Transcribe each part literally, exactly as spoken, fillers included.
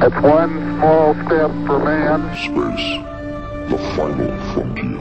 It's one small step for man. Space, the final frontier.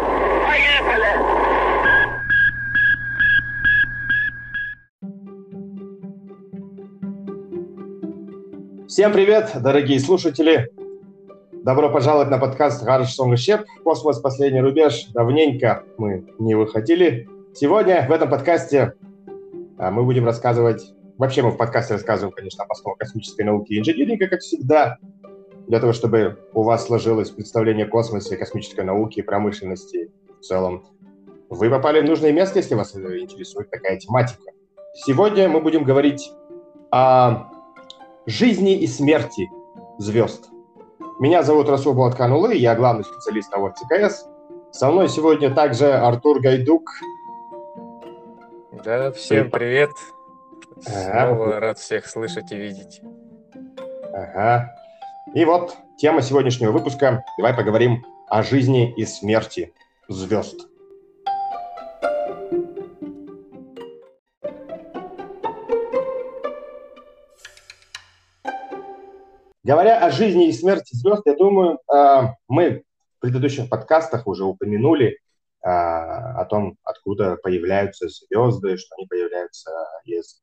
Всем привет, дорогие слушатели! Добро пожаловать на подкаст Гараж Сон и Щеп. Космос. Последний рубеж. Давненько мы не выходили. Сегодня в этом подкасте мы будем рассказывать... Вообще мы в подкасте рассказываем, конечно, об основах космической науки и инжиниринга, как всегда, для того, чтобы у вас сложилось представление о космосе, космической науке и промышленности в целом. Вы попали в нужное место, если вас интересует такая тематика. Сегодня мы будем говорить о жизни и смерти звезд. Меня зовут Расул Булаткан-Улы, я главный специалист АО ЦКС. Со мной сегодня также Артур Гайдук. Да, всем привет. Снова ага. рад всех слышать и видеть. Ага. И вот тема сегодняшнего выпуска. Давай поговорим о жизни и смерти звезд. Говоря о жизни и смерти звезд, я думаю, мы в предыдущих подкастах уже упомянули о том, откуда появляются звезды, что они появляются из,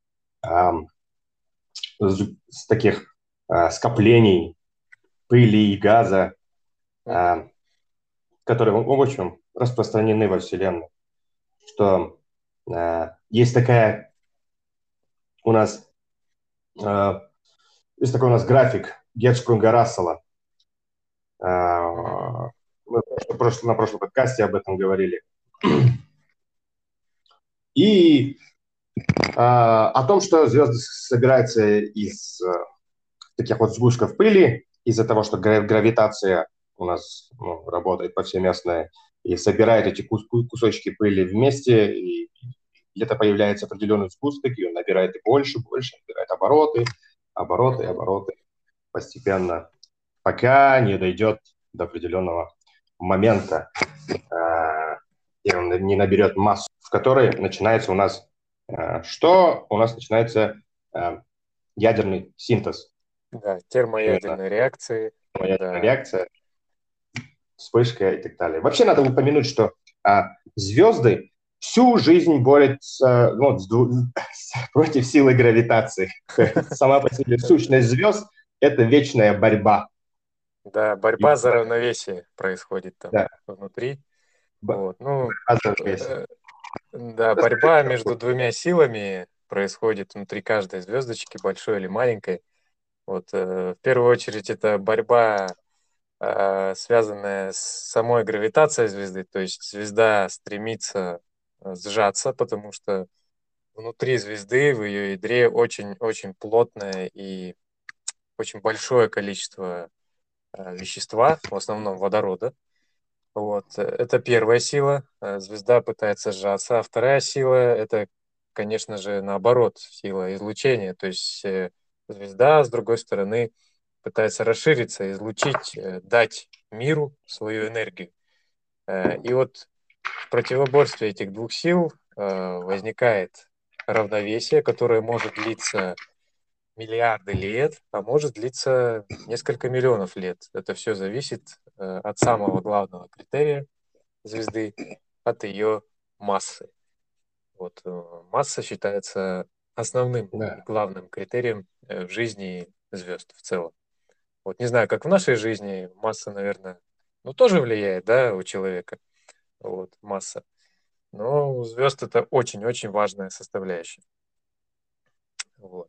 из таких скоплений пыли и газа, которые, в общем, распространены во Вселенной. Что есть такая у нас, есть такой у нас график Герцшпрунгера-Рассела. Мы на прошлом подкасте об этом говорили. И а, о том, что звезды собираются из а, таких вот сгустков пыли, из-за того, что гравитация у нас ну, работает повсеместная, и собирает эти кус- кусочки пыли вместе, и где-то появляется определенный сгусток, и он набирает и больше, больше, набирает обороты, обороты, обороты, постепенно, пока не дойдет до определенного момента, э, и он не наберет массу, в которой начинается у нас, э, что у нас начинается э, ядерный синтез. Да, термоядерные реакции. Термоядерная да. реакция, вспышка и так далее. Вообще надо упомянуть, что э, звезды всю жизнь борются ну, против силы гравитации. Сама по себе сущность звезд – это вечная борьба. Да, борьба за равновесие происходит там да. внутри. Б... Вот. Ну, э, да, борьба между двумя силами происходит внутри каждой звездочки, большой или маленькой. Вот, э, в первую очередь это борьба, э, связанная с самой гравитацией звезды, то есть звезда стремится сжаться, потому что внутри звезды, в ее ядре очень-очень плотное и очень большое количество вещества, в основном водорода. Вот. Это первая сила. Звезда пытается сжаться. А вторая сила – это, конечно же, наоборот, сила излучения. То есть звезда, с другой стороны, пытается расшириться, излучить, дать миру свою энергию. И вот в противоборстве этих двух сил возникает равновесие, которое может длиться миллиарды лет, а может длиться несколько миллионов лет. Это все зависит э, от самого главного критерия звезды, от ее массы. Вот, э, масса считается основным да. и главным критерием э, в жизни звезд в целом. Вот не знаю, как в нашей жизни масса, наверное, ну тоже влияет, да, у человека, вот, масса. Но у звезд это очень-очень важная составляющая. Вот.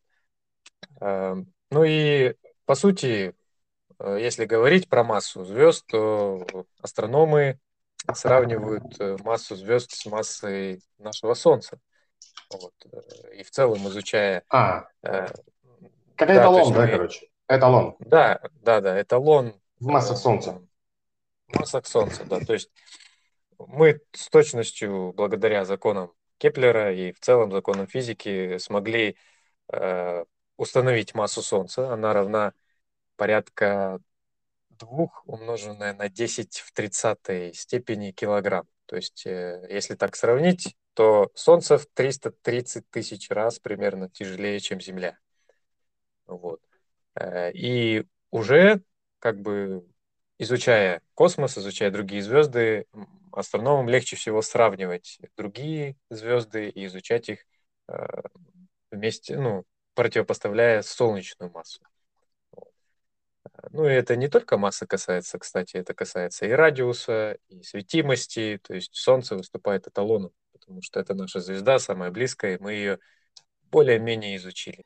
Ну и, по сути, если говорить про массу звезд, то астрономы сравнивают массу звезд с массой нашего Солнца. Вот. И в целом изучая... А, э, как да, эталон, да, мы... короче? Эталон. Да, да, да, эталон. В массах Солнца. В массах Солнца, да. То есть мы с точностью, благодаря законам Кеплера и в целом законам физики, смогли э, установить массу Солнца. Она равна порядка двух, умноженное на десять в тридцатой степени килограмм. То есть, э, если так сравнить, то Солнце в триста тридцать тысяч раз примерно тяжелее, чем Земля. Вот. Э, и уже как бы изучая космос, изучая другие звезды, астрономам легче всего сравнивать другие звезды и изучать их э, вместе, ну, противопоставляя солнечную массу. Ну, и это не только масса касается, кстати, это касается и радиуса, и светимости, то есть Солнце выступает эталоном, потому что это наша звезда, самая близкая, и мы ее более-менее изучили.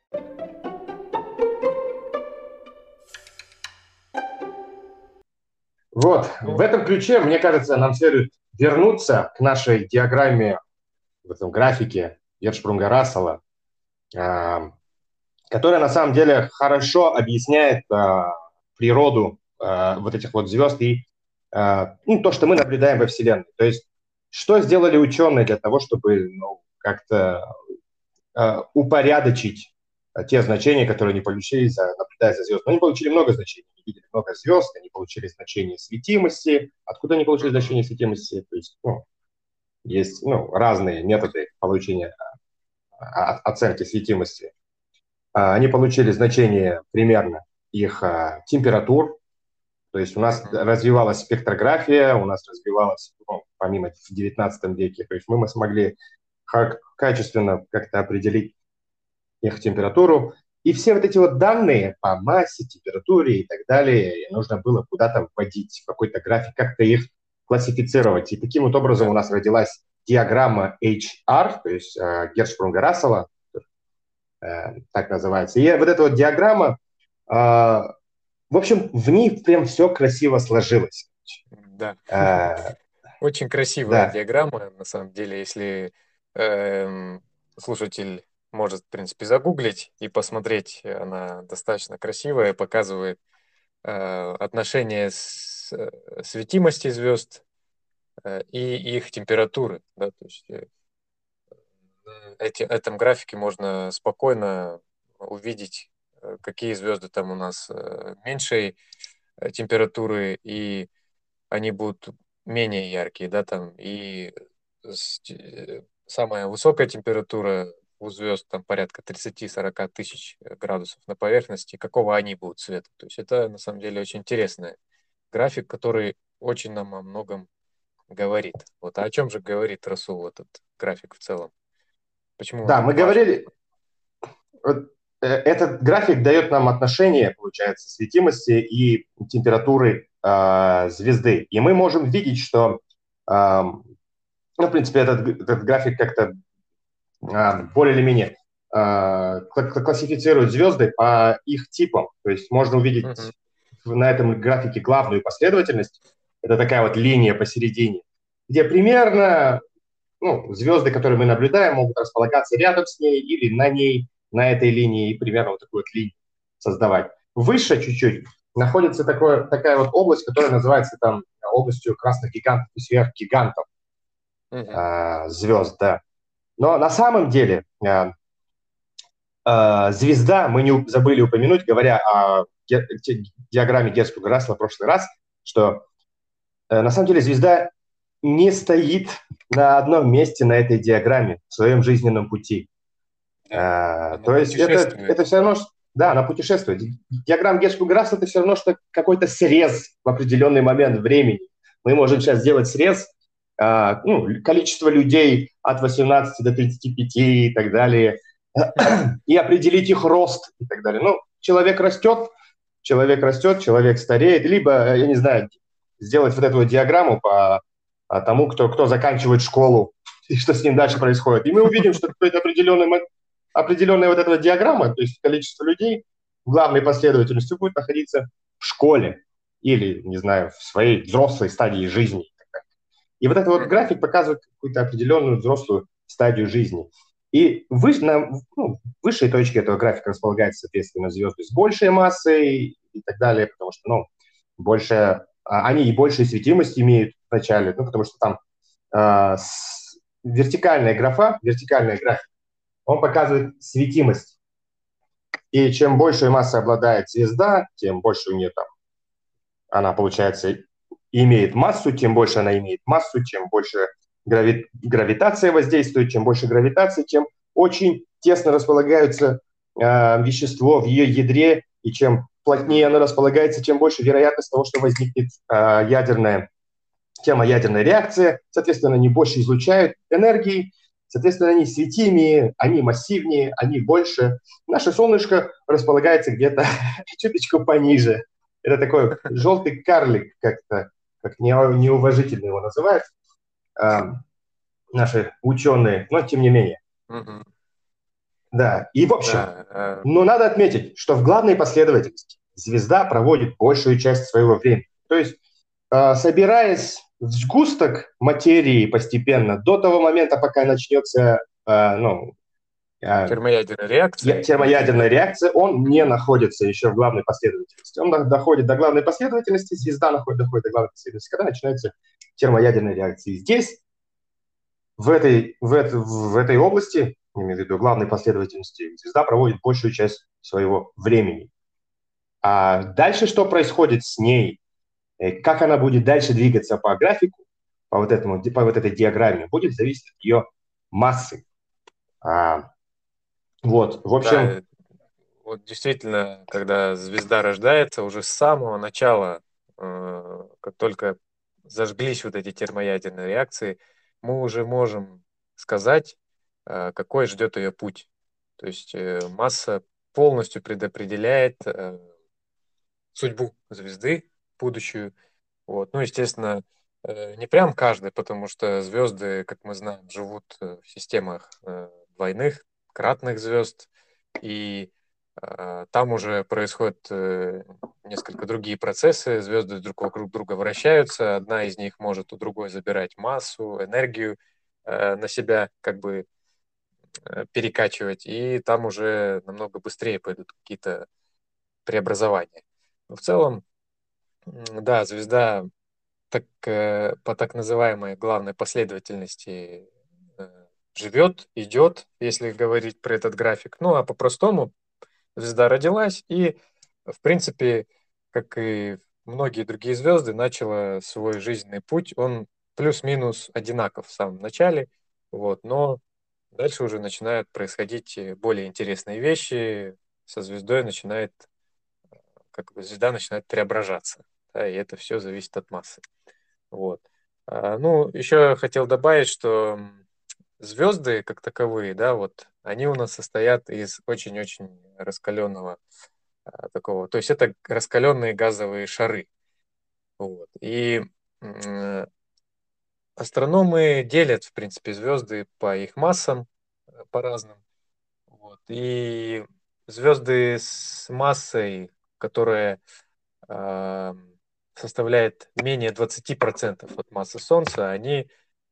Вот, в этом ключе, мне кажется, нам следует вернуться к нашей диаграмме, в этом графике Герцшпрунгера-Рассела, э, которая на самом деле хорошо объясняет э, природу э, вот этих вот звезд и э, ну, то, что мы наблюдаем во Вселенной. То есть, что сделали ученые для того, чтобы ну, как-то э, упорядочить те значения, которые они получили, за, наблюдая за звездами. Они получили много значений, они видели много звезд, они получили значение светимости. Откуда они получили значение светимости? То есть, ну, есть ну, разные методы получения а, оценки светимости. А, они получили значение примерно их а, температур. То есть у нас mm-hmm. развивалась спектрография, у нас развивалась, ну, помимо в девятнадцатом веке, то есть мы смогли качественно как-то определить их температуру. И все вот эти вот данные по массе, температуре и так далее нужно было куда-то вводить, в какой-то график, как-то их классифицировать. И таким вот образом у нас родилась диаграмма эйч ар, то есть э, Герцшпрунгера-Рассела, э, так называется. И вот эта вот диаграмма, э, в общем, в ней прям все красиво сложилось. Да. Э, Очень красивая да. диаграмма, на самом деле, если э, слушатель может, в принципе, загуглить и посмотреть. Она достаточно красивая, показывает э, отношение с, э, светимости звезд э, и их температуры. Да? То есть, э, эти, в этом графике можно спокойно увидеть, э, какие звезды там у нас э, меньшей э, температуры, и они будут менее яркие, да, там, и с, э, самая высокая температура у звезд там порядка тридцать-сорок тысяч градусов на поверхности, какого они будут цвета. То есть это на самом деле очень интересный график, который очень нам о многом говорит. Вот, а о чем же говорит Расул этот график в целом? Почему да, он мы важен? говорили, вот, э, этот график дает нам отношение, получается, светимости и температуры э, звезды. И мы можем видеть, что, э, ну, в принципе, этот, этот график как-то более или менее э, классифицирует звезды по их типам. То есть можно увидеть uh-huh. на этом графике главную последовательность. Это такая вот линия посередине, где примерно ну, звезды, которые мы наблюдаем, могут располагаться рядом с ней или на ней, на этой линии, и примерно вот такую вот линию создавать. Выше чуть-чуть находится такое, такая вот область, которая называется там областью красных гигантов и сверхгигантов uh-huh. э, звезд, да. Но на самом деле э, э, звезда, мы не забыли упомянуть, говоря о ге- диаграмме Герцшпрунгера-Рассела в прошлый раз, что э, на самом деле звезда не стоит на одном месте на этой диаграмме в своем жизненном пути. Да, э, то есть это, это все равно, да, она путешествует. Диаграмма Герцшпрунгера-Рассела – это все равно, что какой-то срез в определенный момент времени. Мы можем сейчас сделать срез, ну, количество людей от восемнадцати до тридцати пяти и так далее, и определить их рост и так далее. Ну, человек растет, человек растет, человек стареет, либо, я не знаю, сделать вот эту вот диаграмму по тому, кто, кто заканчивает школу и что с ним дальше происходит. И мы увидим, что какая-то определенная, определенная вот эта вот диаграмма, то есть количество людей в главной последовательности будет находиться в школе или, не знаю, в своей взрослой стадии жизни. И вот этот вот график показывает какую-то определенную взрослую стадию жизни. И выше, на ну, высшей точке этого графика располагаются, соответственно, звезды с большей массой и так далее, потому что, ну, больше, они и большую светимость имеют вначале, ну, потому что там э, с, вертикальная графа, вертикальный график, он показывает светимость. И чем большей массой обладает звезда, тем больше у нее там, она, получается, имеет массу, тем больше она имеет массу, чем больше грави... гравитация воздействует, чем больше гравитации, тем очень тесно располагается э, вещество в ее ядре, и чем плотнее она располагается, тем больше вероятность того, что возникнет э, ядерная термоядерная реакция. Соответственно, они больше излучают энергии, соответственно, они светимее, они массивнее, они больше. Наше солнышко располагается где-то чуточку пониже. Это такой желтый карлик, как-то, как неуважительно его называют э, наши ученые, но тем не менее. Мгм. Да, и в общем, Да, э, но надо отметить, что в главной последовательности звезда проводит большую часть своего времени. То есть, э, собираясь в сгусток материи постепенно, до того момента, пока начнется э, ну, э, термоядерная я- реакция. термоядерная реакция, он не находится еще в главной последовательности. Он до- доходит до главной последовательности, звезда находит, доходит до главной последовательности, когда начинается термоядерная реакция. И здесь, в этой, в, этой, в этой области, я имею в виду главной последовательности, звезда проводит большую часть своего времени. А дальше что происходит с ней, э, как она будет дальше двигаться по графику, по вот, этому, по вот этой диаграмме, будет зависеть от ее массы. А, вот, в Да, общем, э, вот действительно, когда звезда рождается, уже с самого начала, э, как только зажглись вот эти термоядерные реакции, мы уже можем сказать, э, какой ждет ее путь. То есть э, масса полностью предопределяет э, судьбу звезды будущую. Вот. Ну, естественно, э, не прям каждый, потому что звезды, как мы знаем, живут э, в системах э, двойных, кратных звезд, и э, там уже происходят э, несколько другие процессы. Звезды друг вокруг друга вращаются, одна из них может у другой забирать массу, энергию э, на себя, как бы э, перекачивать, и там уже намного быстрее пойдут какие-то преобразования. Но в целом, м, да, звезда так, э, по так называемой главной последовательности э, живет, идет, если говорить про этот график. Ну, а по-простому звезда родилась и, в принципе, как и многие другие звезды, начала свой жизненный путь. Он плюс-минус одинаков в самом начале, вот, но дальше уже начинают происходить э, более интересные вещи. Со звездой начинает, как бы звезда начинает преображаться, да, и это все зависит от массы. Вот. А, Ну, еще хотел добавить, что м, звезды, как таковые, да, вот, они у нас состоят из очень-очень раскаленного а, такого, то есть это раскаленные газовые шары. Вот. И м, астрономы делят, в принципе, звезды по их массам, э, по разным. Вот. И звезды с массой, которая а, составляет менее двадцати процентов от массы Солнца, они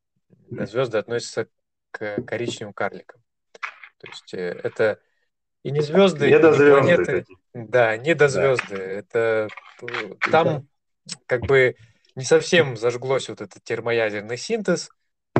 звезды относятся к коричневым карликам. То есть э, это и не звезды, и не недозвезды планеты, такие. да, не Да. дозвезды. Это э, там как бы не совсем зажглось вот этот термоядерный синтез,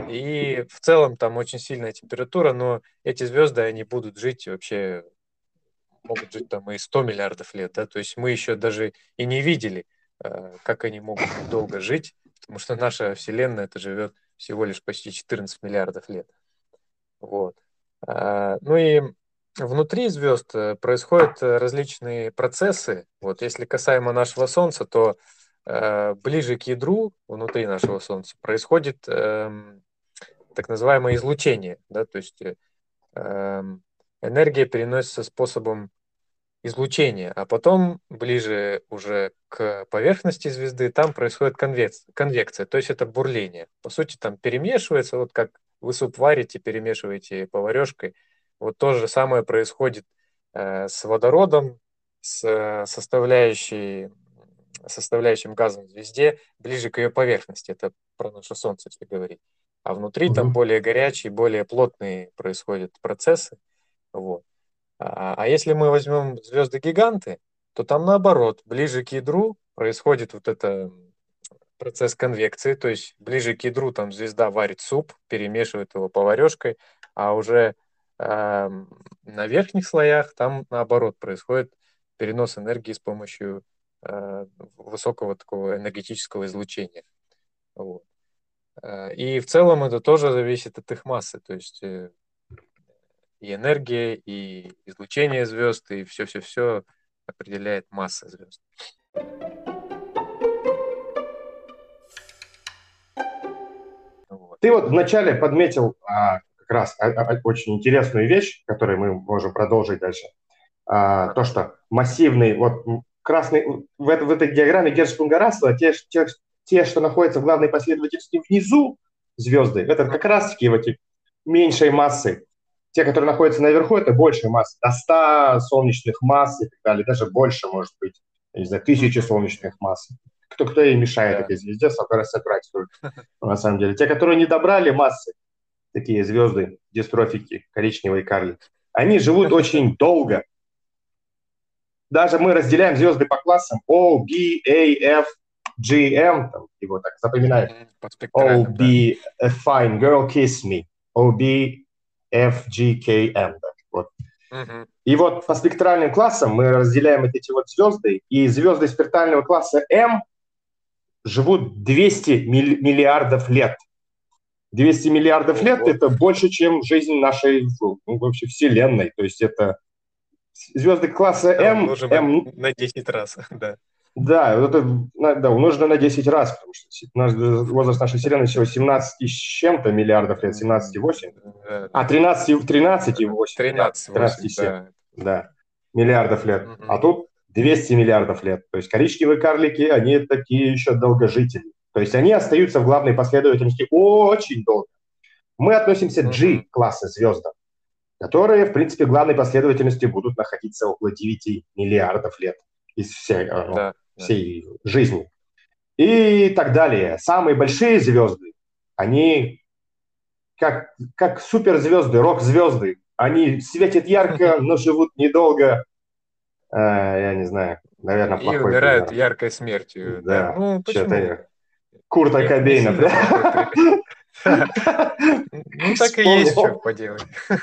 и в целом там очень сильная температура, но эти звезды, они будут жить вообще, могут жить там и сто миллиардов лет, да, то есть мы еще даже и не видели, э, как они могут долго жить, потому что наша Вселенная это живет всего лишь почти четырнадцать миллиардов лет. Вот. А, Ну и внутри звезд э, происходят э, различные процессы. Вот если касаемо нашего Солнца, то э, ближе к ядру внутри нашего Солнца происходит эм, так называемое излучение, да, то есть э, эм, энергия переносится способом излучения, а потом ближе уже к поверхности звезды там происходит конвекс- конвекция, то есть это бурление. По сути, там перемешивается, вот как вы суп варите, перемешиваете поварешкой, вот то же самое происходит э, с водородом, с э, составляющей, составляющим газом в звезде ближе к ее поверхности. Это про наше Солнце, если говорить. А внутри там Мгм. более горячие, более плотные происходят процессы. Вот. А а если мы возьмем звезды-гиганты, то там наоборот, ближе к ядру происходит вот это процесс конвекции, то есть ближе к ядру там звезда варит суп, перемешивает его поварешкой, а уже эм, на верхних слоях там наоборот происходит перенос энергии с помощью э, высокого такого энергетического излучения. Вот. Э, И в целом это тоже зависит от их массы, то есть э, и энергия, и излучение звезд, и все-все-все. определяет масса звезд. Вот. Ты вот вначале подметил а, как раз а, а, очень интересную вещь, которую мы можем продолжить дальше. А, то, что массивный, вот красный, в, это, в этой диаграмме Герцшпрунгера-Рассела те, те, те, что находятся в главной последовательности внизу звезды, это как раз-таки вот эти меньшей массы. Те, которые находятся наверху, это большая масса. До ста солнечных масс и так далее, даже больше, может быть, я не знаю, тысячи солнечных масс. Кто, кто ей мешает Да. этой звезде собрать на самом деле. Те, которые не добрали массы, такие звезды, дистрофики, коричневые карлики, они живут очень долго. Даже мы разделяем звезды по классам O, B, A, F, G, M, там, его так запоминаешь. O, B, a fine girl, kiss me. O, B, F, G, K, M. Да, вот. Uh-huh. И вот по спектральным классам мы разделяем эти вот звезды, и звезды спектрального класса M живут двести миллиардов лет. двести миллиардов лет – это больше, чем жизнь нашей ну, вообще Вселенной. То есть это звезды класса M… M на десять раз, да. Да, это да, умножено на десять раз, потому что наш, возраст нашей Вселенной всего семнадцать с чем-то миллиардов лет, семнадцать и восемь. А, тринадцать, тринадцать и восемь. тринадцать, тринадцать и семь. да. Да, миллиардов лет. Угу. А тут двести миллиардов лет. То есть коричневые карлики, они такие еще долгожители. То есть они остаются в главной последовательности очень долго. Мы относимся к G-класса звездам, которые, в принципе, в главной последовательности будут находиться около девяти миллиардов лет из всей, ну, да, всей да. жизни. И так далее. Самые большие звезды, они как, как суперзвезды, рок-звезды. Они светят ярко, но живут недолго. А, я не знаю, наверное, плохой. И умирают пример. Яркой смертью. Да, да. Ну, почему? Курта Кобейна. Ну, так и есть, что поделать.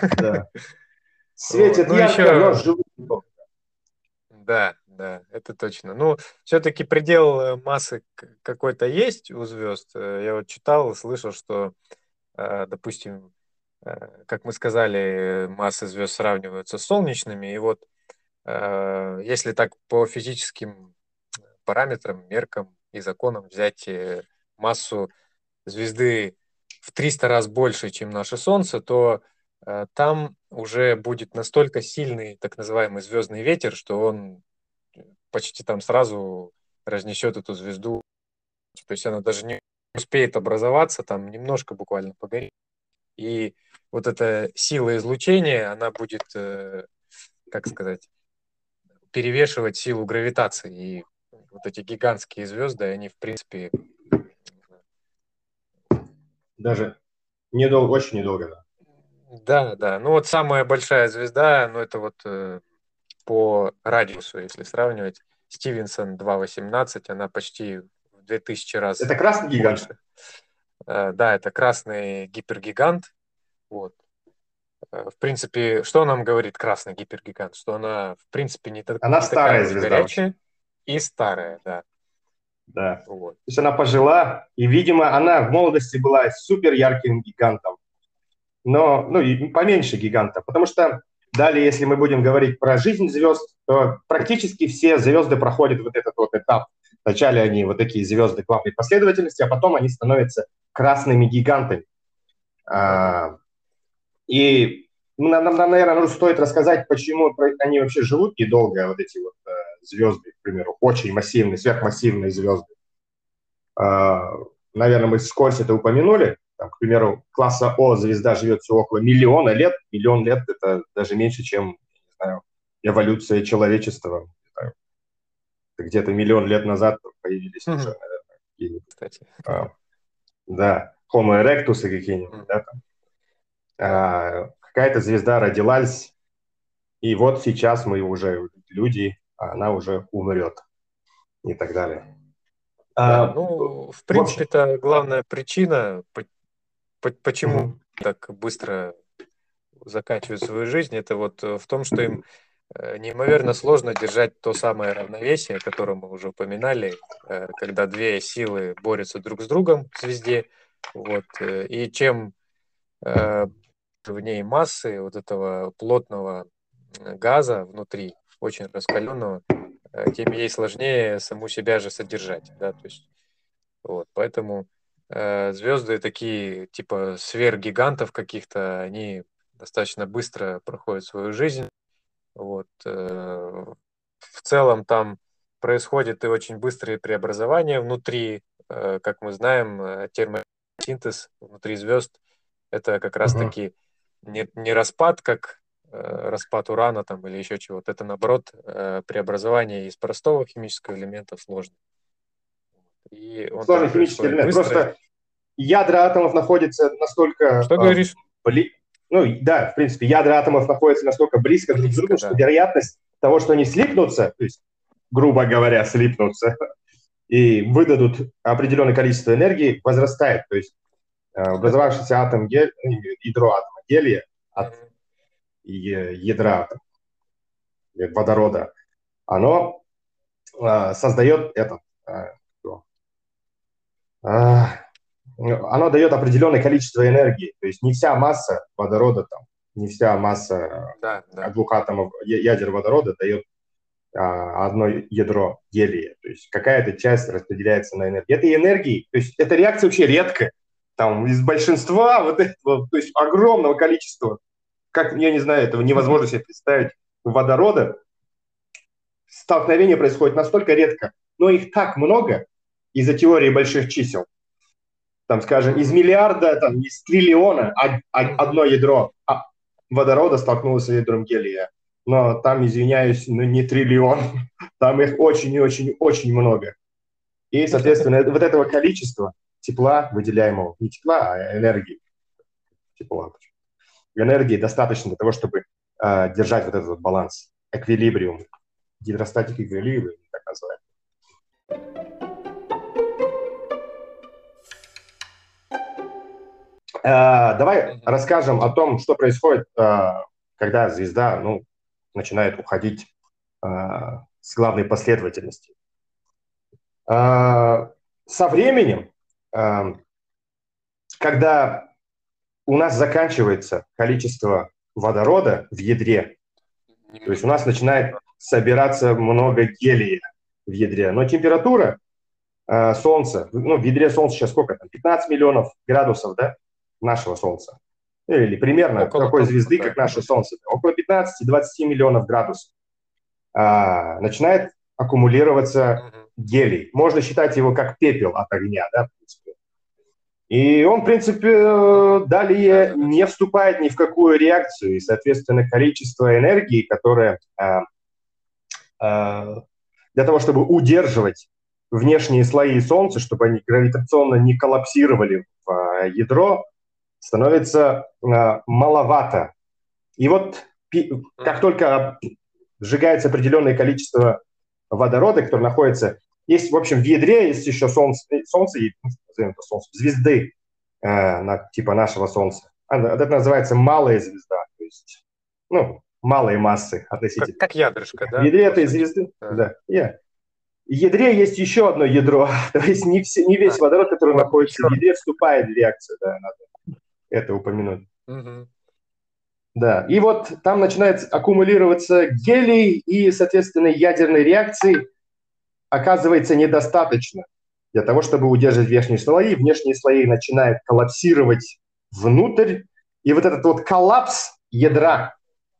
Светят ярко, но живут недолго. Да, да, это точно. Ну, все-таки предел массы какой-то есть у звезд. Я вот читал и слышал, что, допустим, как мы сказали, массы звезд сравниваются с солнечными. И вот если так по физическим параметрам, меркам и законам взять массу звезды в триста раз больше, чем наше Солнце, то там уже будет настолько сильный так называемый звездный ветер, что он почти там сразу разнесет эту звезду. То есть она даже не успеет образоваться, там немножко буквально погорит. И вот эта сила излучения, она будет, как сказать, перевешивать силу гравитации. И вот эти гигантские звезды, они в принципе... Даже недолго, очень недолго, да. Да, да. Ну вот самая большая звезда, ну это вот э, по радиусу, если сравнивать, Стивенсон два восемнадцать, она почти в две тысячи раз Это красный гигант? больше. Э, да, это красный гипергигант. Вот. Э, в принципе, что нам говорит красный гипергигант? Что она, в принципе, не, так, она не старая такая звезда горячая очень. И старая, да. Да. Вот. То есть она пожила, и, видимо, она в молодости была супер ярким гигантом. Но, ну, и поменьше гиганта, потому что далее, если мы будем говорить про жизнь звезд, то практически все звезды проходят вот этот вот этап. Вначале они вот такие звезды главной последовательности, а потом они становятся красными гигантами. А, и нам, нам, наверное, стоит рассказать, почему они вообще живут недолго, вот эти вот а, звезды, к примеру, очень массивные, сверхмассивные звезды. А, наверное, мы вскользь это упомянули. Там, к примеру, класса О звезда живет всего около миллиона лет. Миллион лет – это даже меньше, чем, не знаю, эволюция человечества. Где-то миллион лет назад появились mm-hmm. уже, наверное, кстати. А, да, Homo erectus и какие-нибудь, mm-hmm. да, там. А, какая-то звезда родилась, и вот сейчас мы уже люди, а она уже умрет и так далее. Да, а, ну, в принципе, в это главная причина, почему mm-hmm. так быстро заканчивают свою жизнь, это вот в том, что им неимоверно сложно держать то самое равновесие, о котором мы уже упоминали, когда две силы борются друг с другом в звезде. Вот, и чем в ней массы вот этого плотного газа внутри, очень раскаленного, э, тем ей сложнее саму себя же содержать, да, то есть вот, поэтому э, звезды такие, типа сверхгигантов каких-то, они достаточно быстро проходят свою жизнь, вот, э, в целом там происходят и очень быстрые преобразования внутри, э, как мы знаем, э, термосинтез внутри звезд, это как Мгм. раз-таки не, не распад, как э, распад урана там или еще чего-то, это наоборот э, преобразование из простого химического элемента в сложный. И он там Сложный химический происходит элемент. быстро. Просто ядра атомов находятся настолько Что э, говоришь? бли... ну да, в принципе, ядра атомов находятся настолько близко друг к другу, Близко, что да. вероятность того, что они слипнутся, то есть, грубо говоря, слипнутся и выдадут определенное количество энергии, возрастает. То есть э, образовавшийся атом гель... ну, ядро атома гелия от Мгм. е- ядра атома, э, водорода, оно э, создает этот э, кто? А, ну, оно дает определенное количество энергии. То есть не вся масса водорода, там, не вся масса Да, э, да. двух атомов я- ядер водорода дает а, одно ядро гелия. То есть какая-то часть распределяется на энергию. Этой энергии, то есть эта реакция вообще редкая. Там из большинства вот этого, то есть огромного количества, как, я не знаю, этого невозможно себе представить, водорода, столкновение происходит настолько редко, но их так много из-за теории больших чисел. Там, скажем, из Мгм. миллиарда, там, из триллиона од- од- Мгм. одно ядро а, водорода столкнулось с ядром гелия. Но там, извиняюсь, ну не триллион, там их очень и очень очень много. И, соответственно, вот этого количества тепла, выделяемого, не тепла, а энергии, тепла, энергии достаточно для того, чтобы э, держать вот этот вот баланс, эквилибриум, гидростатик эквилибриум, так называемый. Э, давай Мгм. расскажем о том, что происходит, э, когда звезда, ну, начинает уходить э, с главной последовательности. Э, со временем, э, когда у нас заканчивается количество водорода в ядре, то есть у нас начинает собираться много гелия в ядре, но температура э, Солнца, ну, в ядре Солнца сейчас сколько там, пятнадцать миллионов градусов, да, нашего Солнца, или примерно Около такой того, звезды, как да. наше Солнце, около пятнадцать-двадцать миллионов градусов, а, начинает аккумулироваться Мгм. гелий. Можно считать его как пепел от огня, да, в принципе. И он, в принципе, э, далее Да-да-да. не вступает ни в какую реакцию, и, соответственно, количество энергии, которое э, э, для того, чтобы удерживать внешние слои Солнца, чтобы они гравитационно не коллапсировали в э, ядро, становится э, маловато. И вот пи- как Мгм. только сжигается определенное количество водорода, который находится... Есть, в общем, в ядре есть еще Солнце, солнце, назовем это солнце, звезды, э, на, типа нашего Солнца. А, это называется малая звезда, то есть, ну, малые массы Как, относительно. как ядрышко, В да, ядре по этой сути. звезды, Да. да, yeah. В ядре есть еще одно ядро, то есть не, все, не весь А, водород, который вот находится в еще. ядре, вступает в реакцию, да, надо это упомянуть. Мгм. Да, и вот там начинает аккумулироваться гелий, и, соответственно, ядерной реакции оказывается недостаточно для того, чтобы удерживать внешние слои. Внешние слои начинают коллапсировать внутрь, и вот этот вот коллапс Мгм. ядра,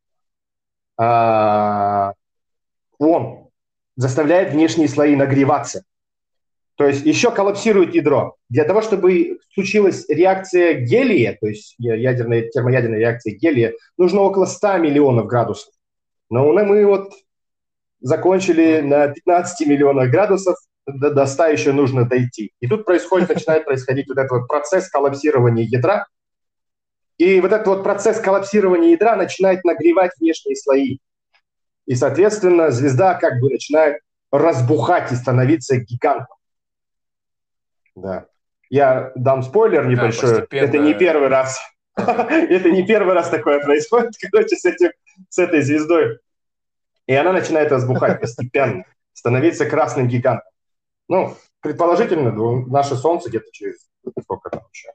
а, он заставляет внешние слои нагреваться. То есть еще коллапсирует ядро. Для того, чтобы случилась реакция гелия, то есть ядерная, термоядерная реакция гелия, нужно около ста миллионов градусов. Но мы вот закончили Мгм. на пятнадцати миллионах градусов, до, до ста еще нужно дойти. И тут происходит, начинает происходить вот этот вот процесс коллапсирования ядра. И вот этот вот процесс коллапсирования ядра начинает нагревать внешние слои. И, соответственно, звезда как бы начинает разбухать и становиться гигантом. Да. Я дам спойлер Да, небольшой. Это не постепенно. первый раз. Ага. Это не первый раз такое происходит, короче, с, этим, с этой звездой. И она начинает разбухать постепенно, становиться красным гигантом. Ну, предположительно, наше Солнце где-то через сколько там еще?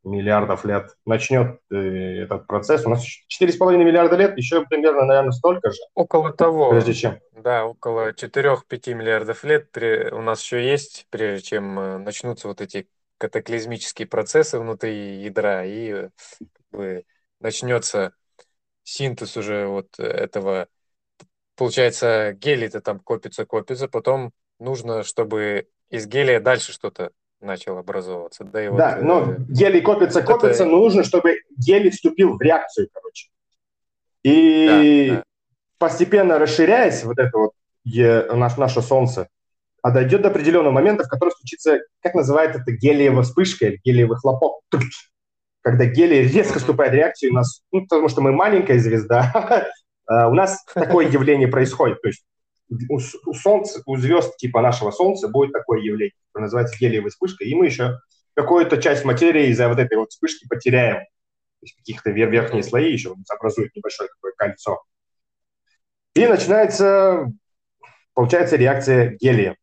миллиардов лет начнет э, этот процесс. У нас четыре с половиной миллиарда лет, еще примерно, наверное, столько же, Около того, прежде чем... да, около четыре-пять миллиардов лет при- у нас еще есть, прежде чем э, начнутся вот эти катаклизмические процессы внутри ядра, и э, как бы начнется синтез уже вот этого. Получается, гелий-то там копится, копится, потом нужно, чтобы из гелия дальше что-то начало образовываться. Да, и вот, Да, но э, гелий копится, вот это, копится, но нужно, чтобы гелий вступил в реакцию, короче. да, И да. постепенно расширяясь, вот это вот е- наш, наше Солнце, а дойдет до определенного момента, в котором случится, как называют это, гелиевая вспышка или гелиевый хлопок. Когда гелий резко Мгм. вступает в реакцию, у нас, ну, потому что мы маленькая звезда, у нас такое явление происходит. То есть у, у Солнца, у звезд типа нашего Солнца будет такое явление, которое называется гелиевой вспышкой, и мы еще какую-то часть материи из-за вот этой вот вспышки потеряем. То есть каких-то вер- верхние Мгм. слои еще образуют небольшое такое кольцо. И начинается, получается, реакция гелия.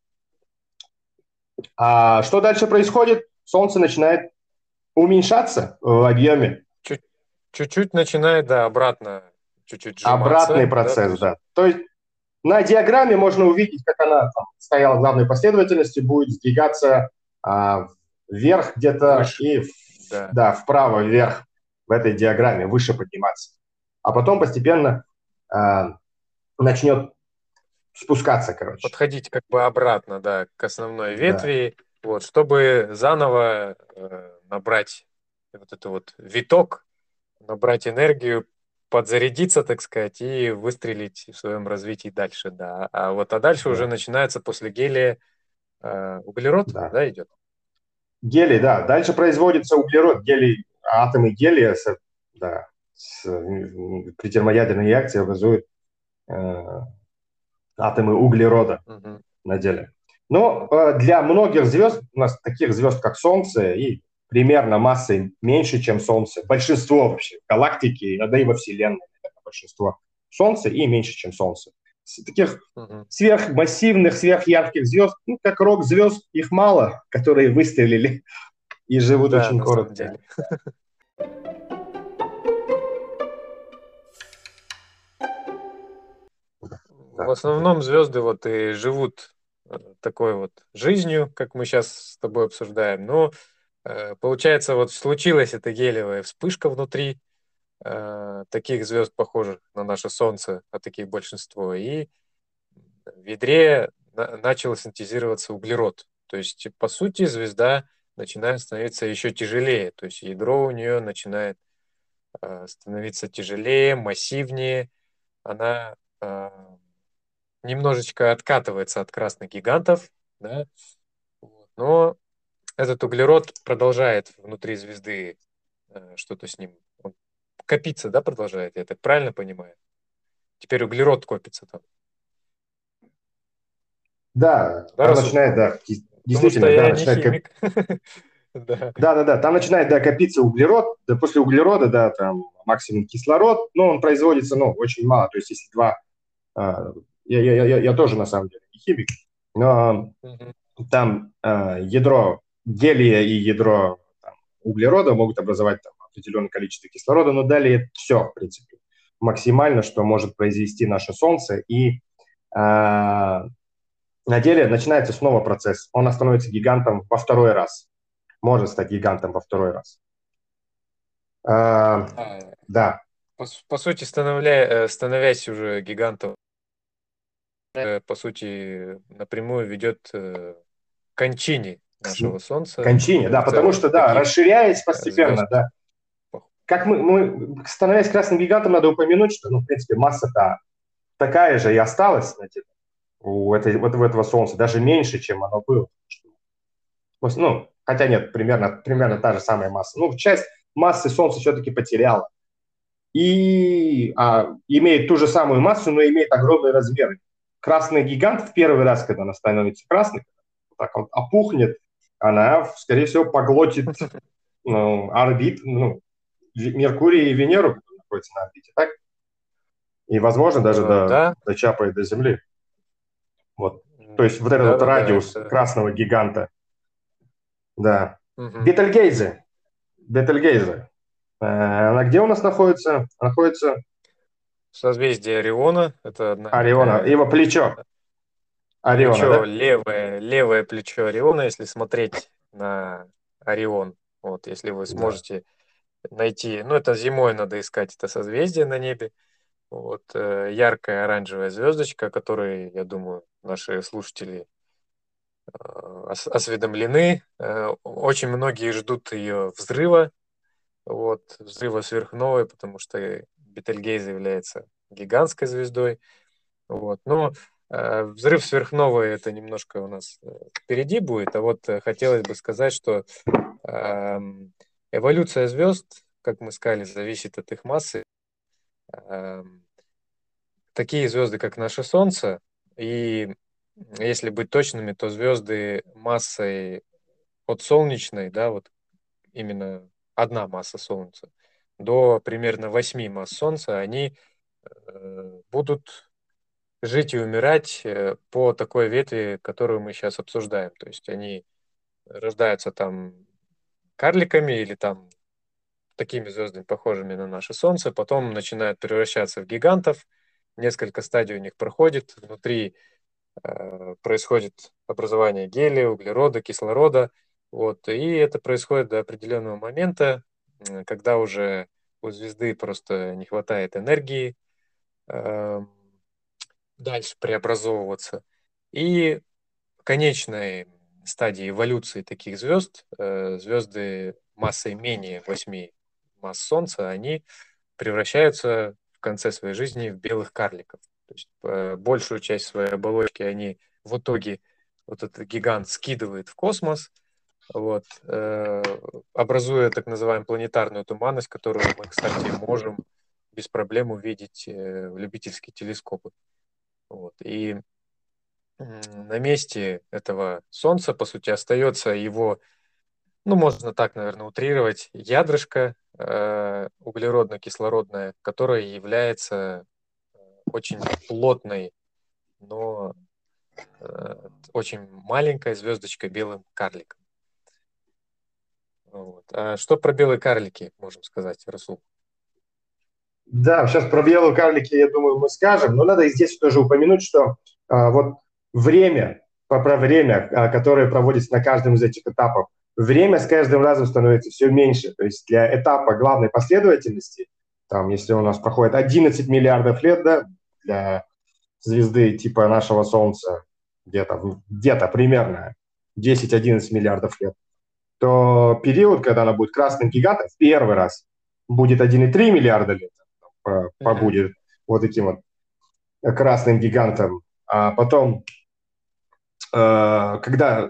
А что дальше происходит? Солнце начинает уменьшаться в объеме. Чуть- Чуть-чуть начинает, да, обратно чуть-чуть Обратный сжиматься, да, то процесс, есть, да. То есть на диаграмме можно увидеть, как она там, стояла в главной последовательности, будет сдвигаться а, вверх где-то выше, и в- да, да, вправо, вверх в этой диаграмме, выше подниматься. А потом постепенно а, начнет спускаться, короче. подходить как бы обратно, да, к основной Да. ветви, вот, чтобы заново э, набрать вот это вот виток, набрать энергию, подзарядиться, так сказать, и выстрелить в своем развитии дальше, да. А вот а дальше уже Да, начинается после гелия э, углерод, да. да, идет. Гелий, да. Дальше производится углерод, гелий, атомы гелия с, да, с, м, при термоядерной реакции образуют э, атомы углерода Мгм. на деле. Но э, для многих звезд, у нас таких звезд, как Солнце, и примерно массой меньше, чем Солнце, большинство вообще галактики, да и во Вселенной, наверное, большинство Солнца и меньше, чем Солнце. С таких Мгм. сверхмассивных, сверхярких звезд, ну, как рок-звезд, их мало, которые выстрелили и живут Да, очень на самом коротко. деле. В Да, да. основном звезды вот и живут э, такой вот жизнью, как мы сейчас с тобой обсуждаем. Но э, получается, вот случилась эта гелиевая вспышка внутри э, таких звезд, похожих на наше Солнце, а таких большинство, и в ядре на- начал синтезироваться углерод. То есть, по сути, звезда начинает становиться еще тяжелее. То есть ядро у нее начинает э, становиться тяжелее, массивнее. Она э, немножечко откатывается от красных гигантов, да, вот. Но этот углерод продолжает внутри звезды э, что-то с ним. Он копиться, да, продолжает, я так правильно понимаю? Теперь углерод копится там, Да, да, там Расул? начинает, да, Потому что действительно, да, я не начинает коп- химик. Да. да, да, да, там начинает, да, копиться углерод, да, после углерода, да, там максимум кислород, но он производится, ну, очень мало, то есть если два, а, я, я, я, я тоже, на самом деле, не химик, но Мгм. там а, ядро гелия и ядро там, углерода могут образовать там определенное количество кислорода, но далее все, в принципе, максимально, что может произвести наше Солнце, и а, на деле начинается снова процесс, он становится гигантом во второй раз, может стать гигантом во второй раз. А, А, да, По, с- по сути, становля- э, становясь уже гигантом, э, по сути, напрямую ведет э, к кончине к нашего Солнца кончине, и да, в потому целом что, да, таких расширяясь э, звезд. постепенно, да, как мы, мы, становясь красным гигантом, надо упомянуть, что, ну, в принципе, масса-то такая же и осталась, знаете, у этой, вот у этого Солнца, даже меньше, чем оно было. Ну, хотя нет, примерно, примерно Мгм. та же самая масса. Ну, часть массы Солнца все-таки потеряла. И а, имеет ту же самую массу, но имеет огромные размеры. Красный гигант в первый раз, когда она становится красной, так вот опухнет, она, скорее всего, поглотит ну, орбит, ну, Меркурий и Венеру, которые находятся на орбите, так? И, возможно, даже Э, до, Да, дочапает до Земли. Вот. То М, есть вот этот вот да-да-да, радиус это... красного гиганта. Да. Мгм. Бетельгейзе. Бетельгейзе. Э, Она где у нас находится? Находится Созвездие Ориона, это одна Ориона, такая его плечо. Ориона, плечо, да? левое, левое плечо Ориона, если смотреть на Орион. Вот, если вы Да. сможете найти, ну, это зимой надо искать это созвездие на небе. Вот, э, яркая оранжевая звездочка, которой, я думаю, наши слушатели э, ос- осведомлены. Э, Очень многие ждут ее взрыва, вот, взрыва сверхновой, потому что Бетельгейзе является гигантской звездой. Вот. Но э, взрыв сверхновой это немножко у нас э, впереди будет, а вот э, хотелось бы сказать, что эм, эволюция звезд, как мы сказали, зависит от их массы. Эм, Такие звезды, как наше Солнце, и если быть точными, то звезды массой от солнечной, да, вот именно одна масса Солнца, до примерно восьми масс Солнца, они э, будут жить и умирать э, по такой ветви, которую мы сейчас обсуждаем. То есть они рождаются там карликами или там такими звездами, похожими на наше Солнце, потом начинают превращаться в гигантов, несколько стадий у них проходит, внутри э, происходит образование гелия, углерода, кислорода, вот, и это происходит до определенного момента, м, когда уже у звезды просто не хватает энергии, эм, дальше преобразовываться. И в конечной стадии эволюции таких звезд, э, звезды массой менее восьми масс Солнца, они превращаются в конце своей жизни в белых карликов. То есть э, большую часть своей оболочки они в итоге, вот этот гигант скидывает в космос, вот, э, образуя так называемую планетарную туманность, которую мы, кстати, можем без проблем увидеть э, в любительские телескопы. Вот. И м, на месте этого Солнца, по сути, остается его, ну, можно так, наверное, утрировать, ядрышко э, углеродно-кислородное, которое является э, очень плотной, но э, очень маленькой звездочкой белым карликом. Вот. А что про белые карлики можем сказать, Расул? Да, сейчас про белые карлики, я думаю, мы скажем, но надо и здесь тоже упомянуть, что а, вот время, по про время, а, которое проводится на каждом из этих этапов, время с каждым разом становится все меньше. То есть для этапа главной последовательности, там, если у нас проходит одиннадцать миллиардов лет, да, для звезды типа нашего Солнца, где-то где-то примерно десять-одиннадцать миллиардов лет, то период, когда она будет красным гигантом, в первый раз будет один и три миллиарда лет, по- Мгм. побудет вот этим вот красным гигантом. А потом, э, когда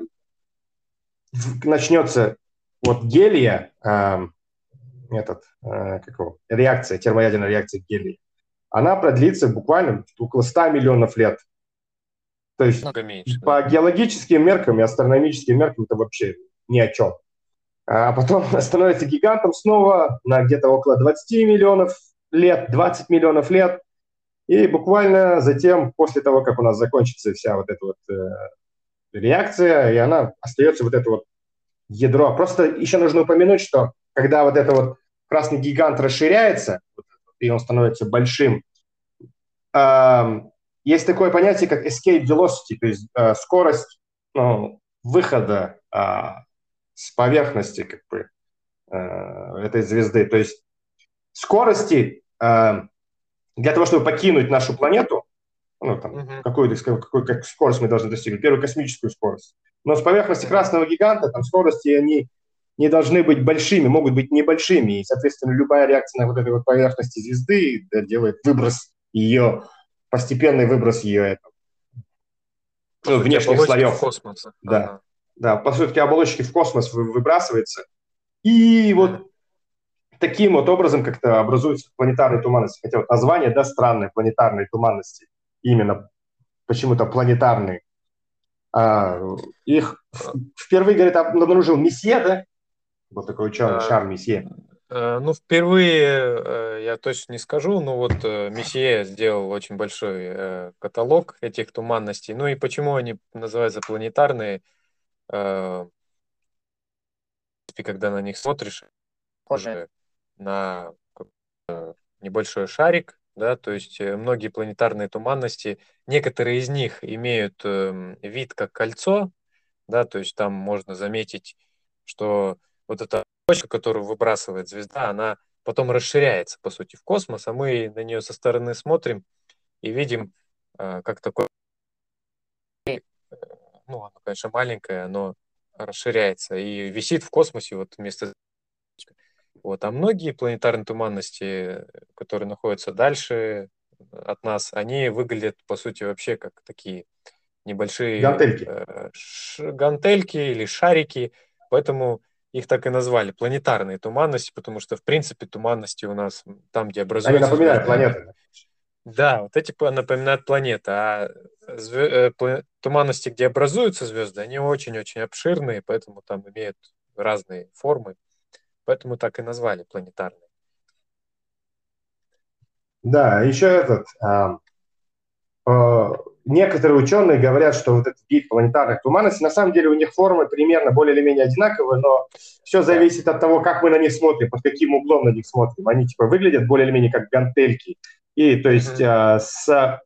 в- начнется вот гелия, э, этот, э, как его, реакция, термоядерная реакция гелия, она продлится буквально около ста миллионов лет. То есть Много меньше, да? по геологическим меркам и астрономическим меркам это вообще ни о чем. А потом становится гигантом снова на где-то около двадцати миллионов лет, двадцать миллионов лет. И буквально затем, после того, как у нас закончится вся вот эта вот э, реакция, и она остается вот это вот ядро. Просто еще нужно упомянуть, что когда вот это вот красный гигант расширяется, вот, и он становится большим, э, есть такое понятие, как escape velocity, то есть э, скорость ну, выхода э, с поверхности как бы, э, этой звезды. То есть скорости э, для того, чтобы покинуть нашу планету, ну, там, Мгм. какую, какую как скорость мы должны достигнуть, первую космическую скорость. Но с поверхности Мгм. красного гиганта там скорости, они не должны быть большими, могут быть небольшими. И, соответственно, любая реакция на вот этой вот поверхности звезды да, делает выброс ее, постепенный выброс ее По ну, сути, внешних оболочки в слоев. космосе. Да. Ага. Да, по сути, оболочки в космос вы- выбрасывается. И Мгм. вот таким вот образом как-то образуются планетарные туманности. Хотя вот название, да, странное, планетарные туманности. Именно почему-то планетарные. А, их А, впервые, говорит, обнаружил Месье, да? Вот такой ученый, а, Шар Месье. э, Ну, впервые э, я точно не скажу, но вот э, Месье сделал очень большой э, каталог этих туманностей. Ну и почему они называются планетарные? Э, в принципе, когда на них смотришь, похоже на небольшой шарик, да, то есть э, многие планетарные туманности, некоторые из них имеют эм, вид как кольцо, да, то есть там можно заметить, что вот эта точка, которую выбрасывает звезда, она потом расширяется, по сути, в космос, а мы на нее со стороны смотрим и видим, э, как такое, ну, оно, конечно, маленькое, оно расширяется и висит в космосе вот вместо звездочка. Вот. А многие планетарные туманности, которые находятся дальше от нас, они выглядят, по сути, вообще как такие небольшие Гантельки. э, ш- гантельки или шарики, поэтому их так и назвали планетарные туманности, потому что, в принципе, туманности у нас м, там, где Они образуются напоминают звезды, они, планеты. да, вот эти по- напоминают планеты, а зве- э, пла- туманности, где образуются звезды, они очень-очень обширные, поэтому там имеют разные формы, поэтому так и назвали планетарные. Да, еще этот, а, э, некоторые ученые говорят, что вот этот вид планетарных туманностей, на самом деле у них формы примерно более или менее одинаковые, но все Да. зависит от того, как мы на них смотрим, под каким углом на них смотрим. Они типа выглядят более или менее как гантельки. И то есть Мгм. э, с,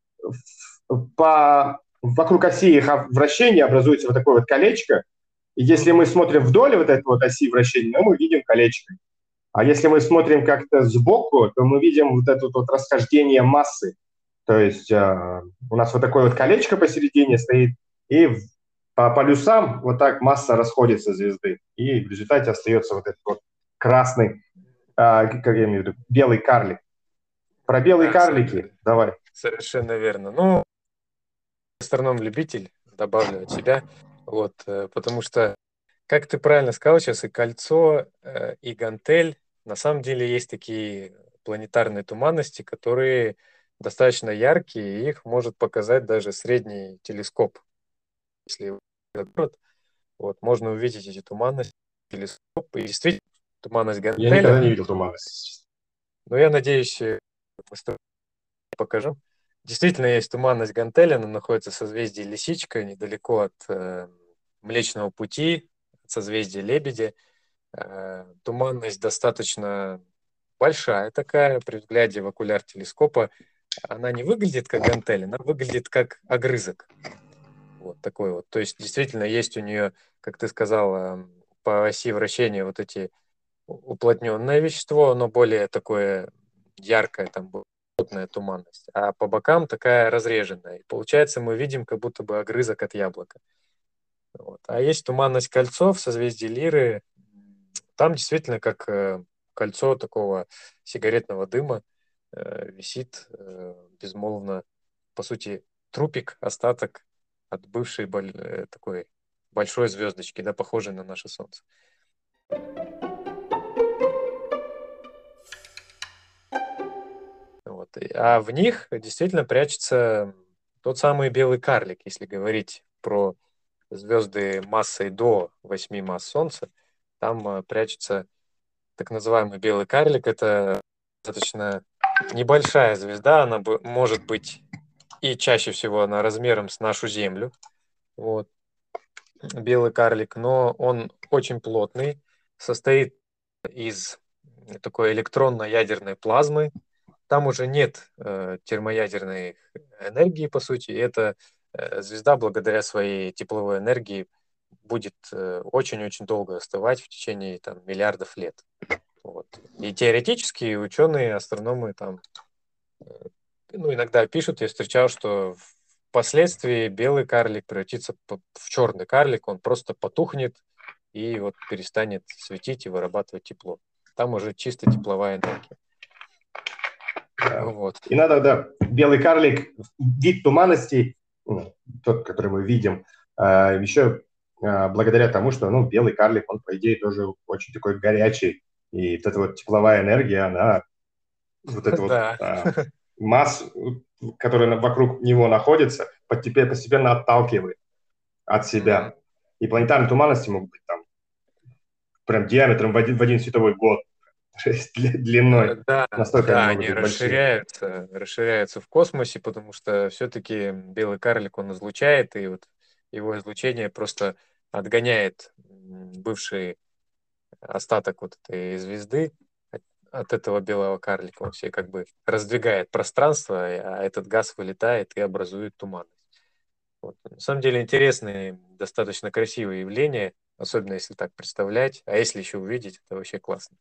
по, вокруг оси их вращения образуется вот такое вот колечко. И если мы Мгм. смотрим вдоль вот этой вот оси вращения, ну, мы видим колечко. А если мы смотрим как-то сбоку, то мы видим вот это вот расхождение массы. То есть э, у нас вот такое вот колечко посередине стоит, и в- по полюсам вот так масса расходится звезды. И в результате остается вот этот вот красный, а, как я имею в виду, белый карлик. Про белые Да, со- карлики давай. совершенно верно. Ну, астроном-любитель, добавлю от себя, вот, э, потому что, как ты правильно сказал сейчас, и кольцо, э, и гантель, на самом деле есть такие планетарные туманности, которые достаточно яркие, и их может показать даже средний телескоп. Если в город, вот, можно увидеть эти туманности, телескоп, и действительно, туманность Я никогда гантеля, не видел туманность. но я надеюсь, э, мы с тобой покажу. Действительно, есть туманность Гантеля, она находится в созвездии Лисичка, недалеко от э, Млечного Пути, от созвездия Лебедя. Э, туманность достаточно большая такая, при взгляде в окуляр телескопа. Она не выглядит как гантель, она выглядит как огрызок. Вот такой вот. То есть, действительно, есть у нее, как ты сказал, э, по оси вращения вот эти уплотненное вещество, оно более такое яркое, там плотная туманность, а по бокам такая разреженная. И получается, мы видим как будто бы огрызок от яблока. Вот. А есть туманность кольцо в созвездии Лиры. Там действительно как э, кольцо такого сигаретного дыма э, висит э, безмолвно, по сути, трупик, остаток от бывшей боль- э, такой большой звездочки, да, похожей на наше Солнце. Вот. и- А в них действительно прячется тот самый белый карлик, если говорить про звезды массой до восьми масс Солнца. Там э, прячется так называемый белый карлик. Это достаточно небольшая звезда, она бы- может быть и чаще всего она размером с нашу Землю. Вот. Белый карлик, но он очень плотный, состоит из такой электронно-ядерной плазмы. Там уже нет э, термоядерной энергии, по сути. И эта э, звезда, благодаря своей тепловой энергии, будет э, очень-очень долго остывать в течение там, миллиардов лет. Вот. И теоретически ученые, астрономы там, э, ну, иногда пишут, я встречал, что впоследствии белый карлик превратится по- в черный карлик, он просто потухнет и вот перестанет светить и вырабатывать тепло. Там уже чисто тепловая энергия. Да. Вот. И надо, да, белый карлик, вид туманности, ну, тот, который мы видим, а, еще а, благодаря тому, что, ну, белый карлик, он, по идее, тоже очень такой горячий, и вот эта вот тепловая энергия, она, вот эта вот Да. а, масса, которая на- вокруг него находится, постепенно, постепенно отталкивает от Мгм. себя. И планетарные туманности могут быть там прям диаметром в один, в один световой год, то есть дли- длиной. Э, Да, Настолько они да, могут они быть большие. расширяются, расширяются в космосе, потому что все-таки белый карлик он излучает, и вот его излучение просто отгоняет м, бывшие остаток вот этой звезды от, от этого белого карлика, он все как бы раздвигает пространство, а этот газ вылетает и образует туманность. Вот. На самом деле интересные, достаточно красивые явления, особенно если так представлять, а если еще увидеть, это вообще классно.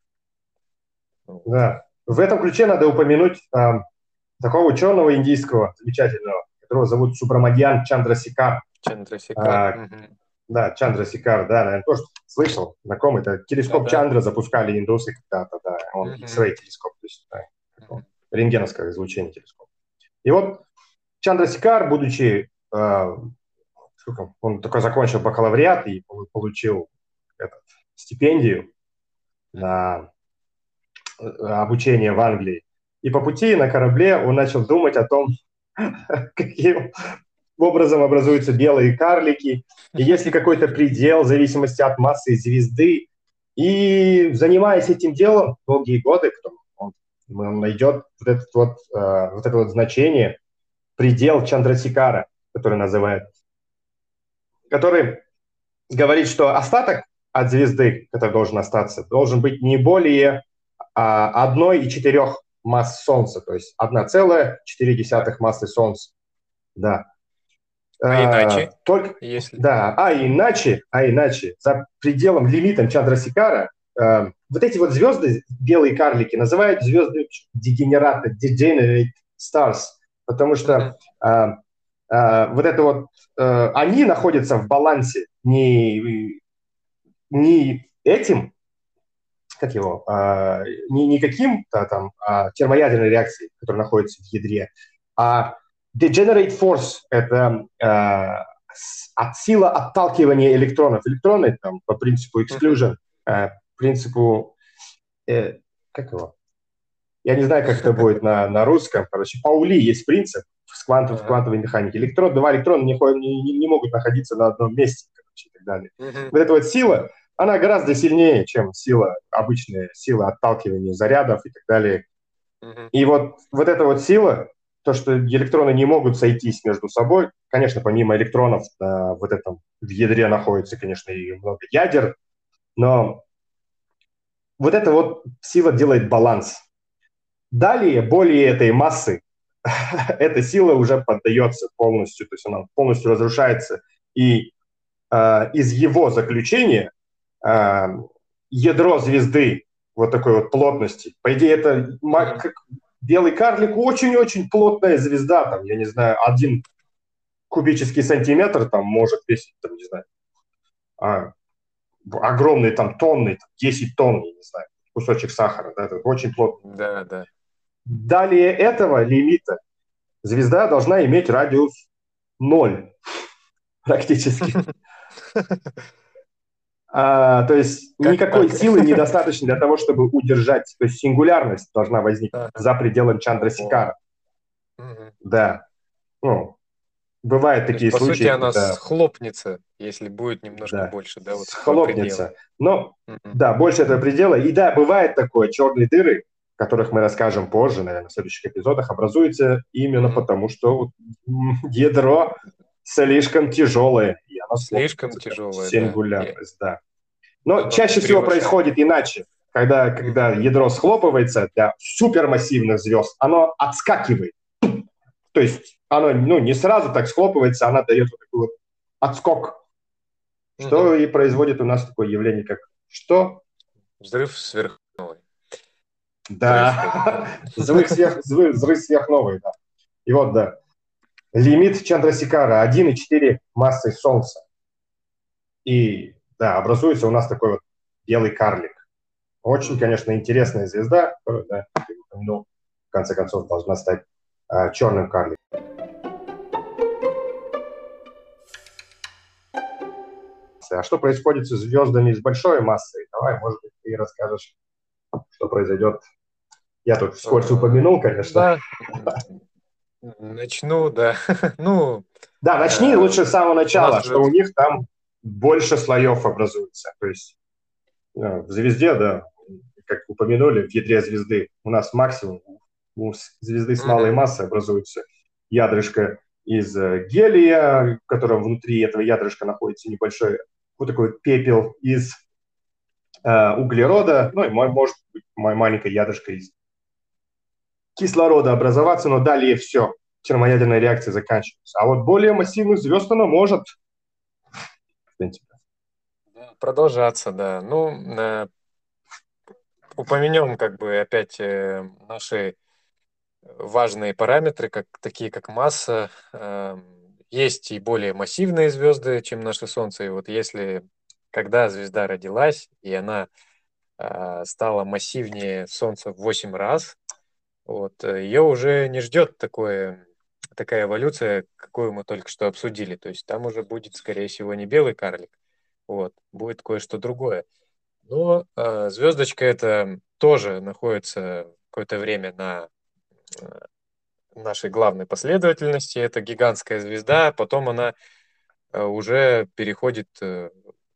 Вот. Да. В этом ключе надо упомянуть а, такого ученого индийского, замечательного, которого зовут Субрамадьян Чандрасекар. Чандрасекар. А, угу. Да, Чандрасекар, да, наверное, тоже слышал, знакомый. Это телескоп Да-да. Чандра запускали индусы когда-то, да, он Мгм. X-ray телескоп, то есть да, Мгм. рентгеновское излучение телескоп. И вот Чандрасекар, будучи, э, сколько, он только закончил бакалавриат и получил этот, стипендию на э, обучение в Англии. И по пути на корабле он начал думать о том, каким образом образуются белые карлики, и есть ли какой-то предел в зависимости от массы звезды. И занимаясь этим делом долгие годы, потом он, он найдет вот, этот вот, э, вот это вот значение, предел Чандрасекара, который называют, который говорит, что остаток от звезды, который должен остаться, должен быть не более а, одной и четырех масс Солнца, то есть одна целая четыре десятых массы Солнца. Да. А иначе? А, только, Если... да, а иначе, а иначе, за пределом, лимитом Чандрасекара, а, вот эти вот звезды, белые карлики, называют звезды дегенераты, degenerate stars, потому что Мгм. а, а, вот это вот, а, они находятся в балансе не, не этим, как его, а, не, не каким-то там а, термоядерной реакцией, которая находится в ядре, а degenerate force – это э, от сила отталкивания электронов. Электроны там, по принципу exclusion, э, принципу, э, как его? Я не знаю, как это будет на, на русском. Короче, Паули есть принцип в, квантов, в квантовой механике. Электрон, два электрона не, не, не могут находиться на одном месте, короче, и так далее. Мгм. Вот эта вот сила, она гораздо сильнее, чем сила, обычная сила отталкивания зарядов и так далее. Мгм. И вот, вот эта вот сила, то, что электроны не могут сойтись между собой, конечно, помимо электронов на вот этом в ядре находится, конечно, и много ядер, но вот эта вот сила делает баланс. Далее, более этой массы, эта сила уже поддается полностью, то есть она полностью разрушается, и э, из его заключения э, ядро звезды вот такой вот плотности, по идее, это ма- как белый карлик очень-очень плотная звезда, там, я не знаю, один кубический сантиметр там может весить, там, не знаю, а, огромный там тонны, там, десять тонн, я не знаю, кусочек сахара, да, это очень плотно. Да, да. Далее этого лимита звезда должна иметь радиус ноль практически. А, то есть Как никакой так? силы недостаточно для того, чтобы удержать, то есть сингулярность должна возникнуть Ага. за пределом Чандрасекара. Мгм. Да, ну, бывают То такие есть, по случаи, сути, она когда схлопнется, если будет немножко да, больше, да, вот этого предела. схлопнется. Но, Мгм. да, больше этого предела. И да, бывает такое, черные дыры, о которых мы расскажем позже, наверное, в следующих эпизодах, образуются именно Мгм. потому, что м, ядро слишком тяжелое, и оно Слишком схлопнется. тяжелое, да. И Сингулярность, да. Но оно чаще всего превышает. происходит иначе. Когда, когда Мгм. ядро схлопывается для супермассивных звезд, оно отскакивает. То есть оно ну, не сразу так схлопывается, она дает вот такой вот отскок, что Мгм. и производит у нас такое явление, как что? Взрыв сверхновой Да, происходит. взрыв, сверх, взрыв, взрыв сверхновой, да. И вот, да, лимит Чандрасекара один и четыре массы Солнца. И, да, образуется у нас такой вот белый карлик. Очень, Мгм. конечно, интересная звезда, которая, да, как я упомянул, в конце концов должна стать а, черным карликом. А что происходит с звездами с большой массой? Давай, может быть, ты расскажешь, что произойдет. Я тут вскользь Э, упомянул, конечно. Да, начну, да. Ну, Да, начни э, лучше с самого у начала, нас что же у них там больше слоев образуется. То есть э, в звезде, да, как упомянули, в ядре звезды у нас максимум у звезды с малой Мгм. массой образуется ядрышко из э, гелия, в котором внутри этого ядрышка находится небольшой вот такой вот пепел из э, углерода, ну и может быть маленькое ядрышко из кислорода образоваться, но далее все, термоядерная реакция заканчивается. А вот более массивных звезд она может, в принципе. Продолжаться, да. Ну, э, упомянем как бы опять э, наши важные параметры, как, такие как масса. Э, есть и более массивные звезды, чем наше Солнце. И вот если, когда звезда родилась, и она э, стала массивнее Солнца в восемь раз, вот, ее уже не ждет такое, такая эволюция, какую мы только что обсудили. То есть там уже будет, скорее всего, не белый карлик, вот, будет кое-что другое. Но э, звездочка эта тоже находится какое-то время на э, нашей главной последовательности. Это гигантская звезда, потом она э, уже переходит э,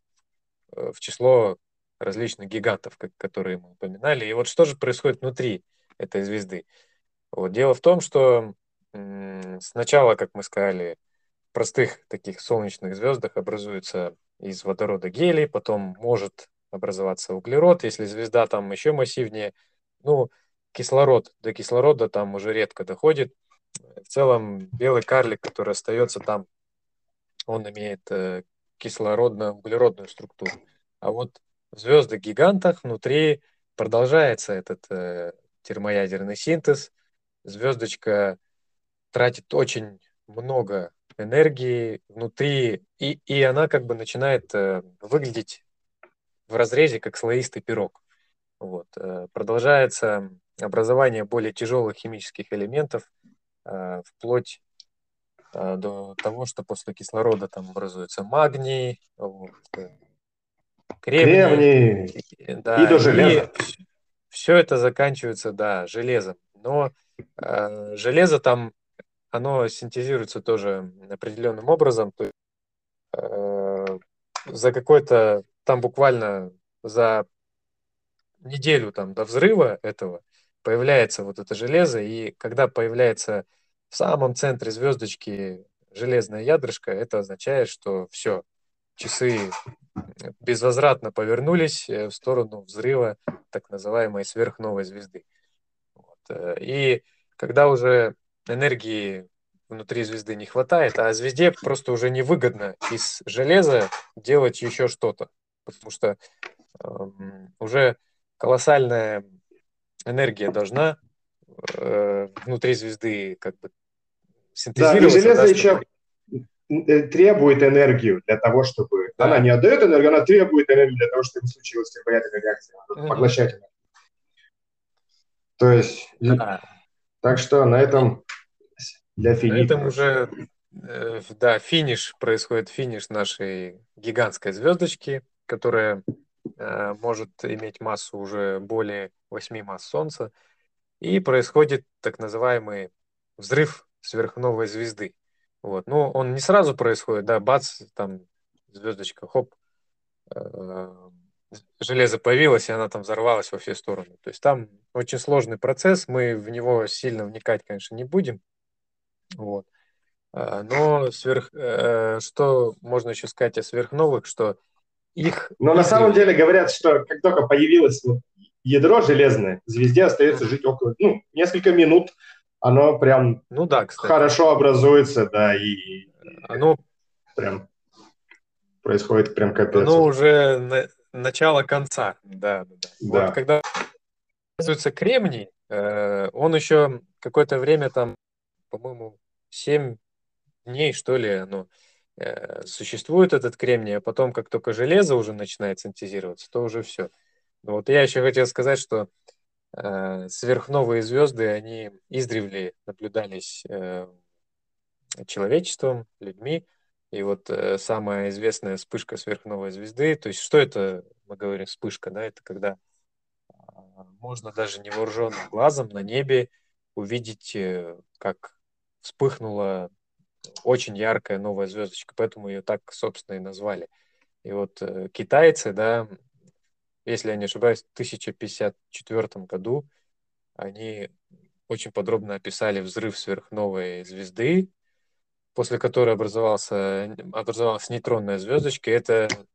в число различных гигантов, как, которые мы упоминали. И вот что же происходит внутри этой звезды? Вот. Дело в том, что м, сначала, как мы сказали, в простых таких солнечных звездах образуется из водорода гелий, потом может образоваться углерод, если звезда там еще массивнее. Ну, кислород, до кислорода там уже редко доходит. В целом белый карлик, который остается там, он имеет э, кислородно-углеродную структуру. А вот в звездах-гигантах внутри продолжается этот э, термоядерный синтез. Звездочка тратит очень много энергии внутри, и, и она как бы начинает э, выглядеть в разрезе как слоистый пирог. Вот. Э, продолжается образование более тяжелых химических элементов, э, вплоть э, до того, что после кислорода там образуется магний, вот, э, кремний, Кремний и- и да, до и железа. все это заканчивается, да, железом. Но э, железо там, оно синтезируется тоже определенным образом. То есть, э, за какой-то, там буквально за неделю там до взрыва этого появляется вот это железо, и когда появляется в самом центре звездочки железное ядрышко, это означает, что все, часы безвозвратно повернулись э, в сторону взрыва так называемой сверхновой звезды. Вот. э, И когда уже энергии внутри звезды не хватает, а звезде просто уже невыгодно из железа делать еще что-то, потому что эм, уже колоссальная энергия должна э, внутри звезды как бы Да, и синтезироваться, железо да, чтобы... еще э, требует энергию для того, чтобы... Она Да. не отдает энергию, она требует энергию для того, чтобы случилась термоядерная реакция. Она Мгм. поглощать энергию. То есть, и- Да. так что на И этом для на фини, этом короче. уже, э, да, финиш, происходит финиш нашей гигантской звездочки, которая э, может иметь массу уже более восьми масс Солнца, и происходит так называемый взрыв сверхновой звезды. Вот. Ну, он не сразу происходит, да, бац, там звездочка, хоп, э, железо появилось, и она там взорвалась во все стороны. То есть там очень сложный процесс, мы в него сильно вникать, конечно, не будем. Вот. А, Но сверх, э, что можно еще сказать о сверхновых, что их Но на самом издревле... деле говорят, что как только появилось вот ядро железное, звезде остается Мгм. жить около, ну, несколько минут. Оно прям Ну да, кстати. хорошо образуется, да, и Оно, прям происходит прям капец оно уже. уже на- начало конца. Да, да, да. Вот Да. когда используется кремний, э, он еще какое-то время там, по-моему, семь дней, что ли, оно э, существует, этот кремний, а потом, как только железо уже начинает синтезироваться, то уже все. Вот я еще хотел сказать, что э, сверхновые звезды, они издревле наблюдались э, человечеством, людьми. И вот э, самая известная вспышка сверхновой звезды, то есть что это, мы говорим, вспышка, да, это когда а, можно даже невооруженным глазом на небе увидеть, э, как вспыхнула очень яркая новая звездочка, поэтому ее так, собственно, и назвали. И вот э, китайцы, да, если я не ошибаюсь, в тысяча пятьдесят четвёртом году они очень подробно описали взрыв сверхновой звезды, после которой образовался, образовалась нейтронная звездочка. И это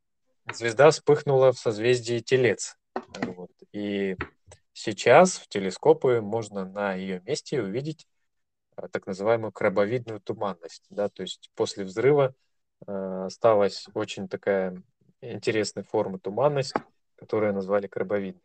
звезда вспыхнула в созвездии Телец. Вот. И сейчас в телескопы можно на ее месте увидеть а, так называемую крабовидную туманность. Да? То есть после взрыва э, осталась очень такая интересная форма туманность, которую назвали крабовидной.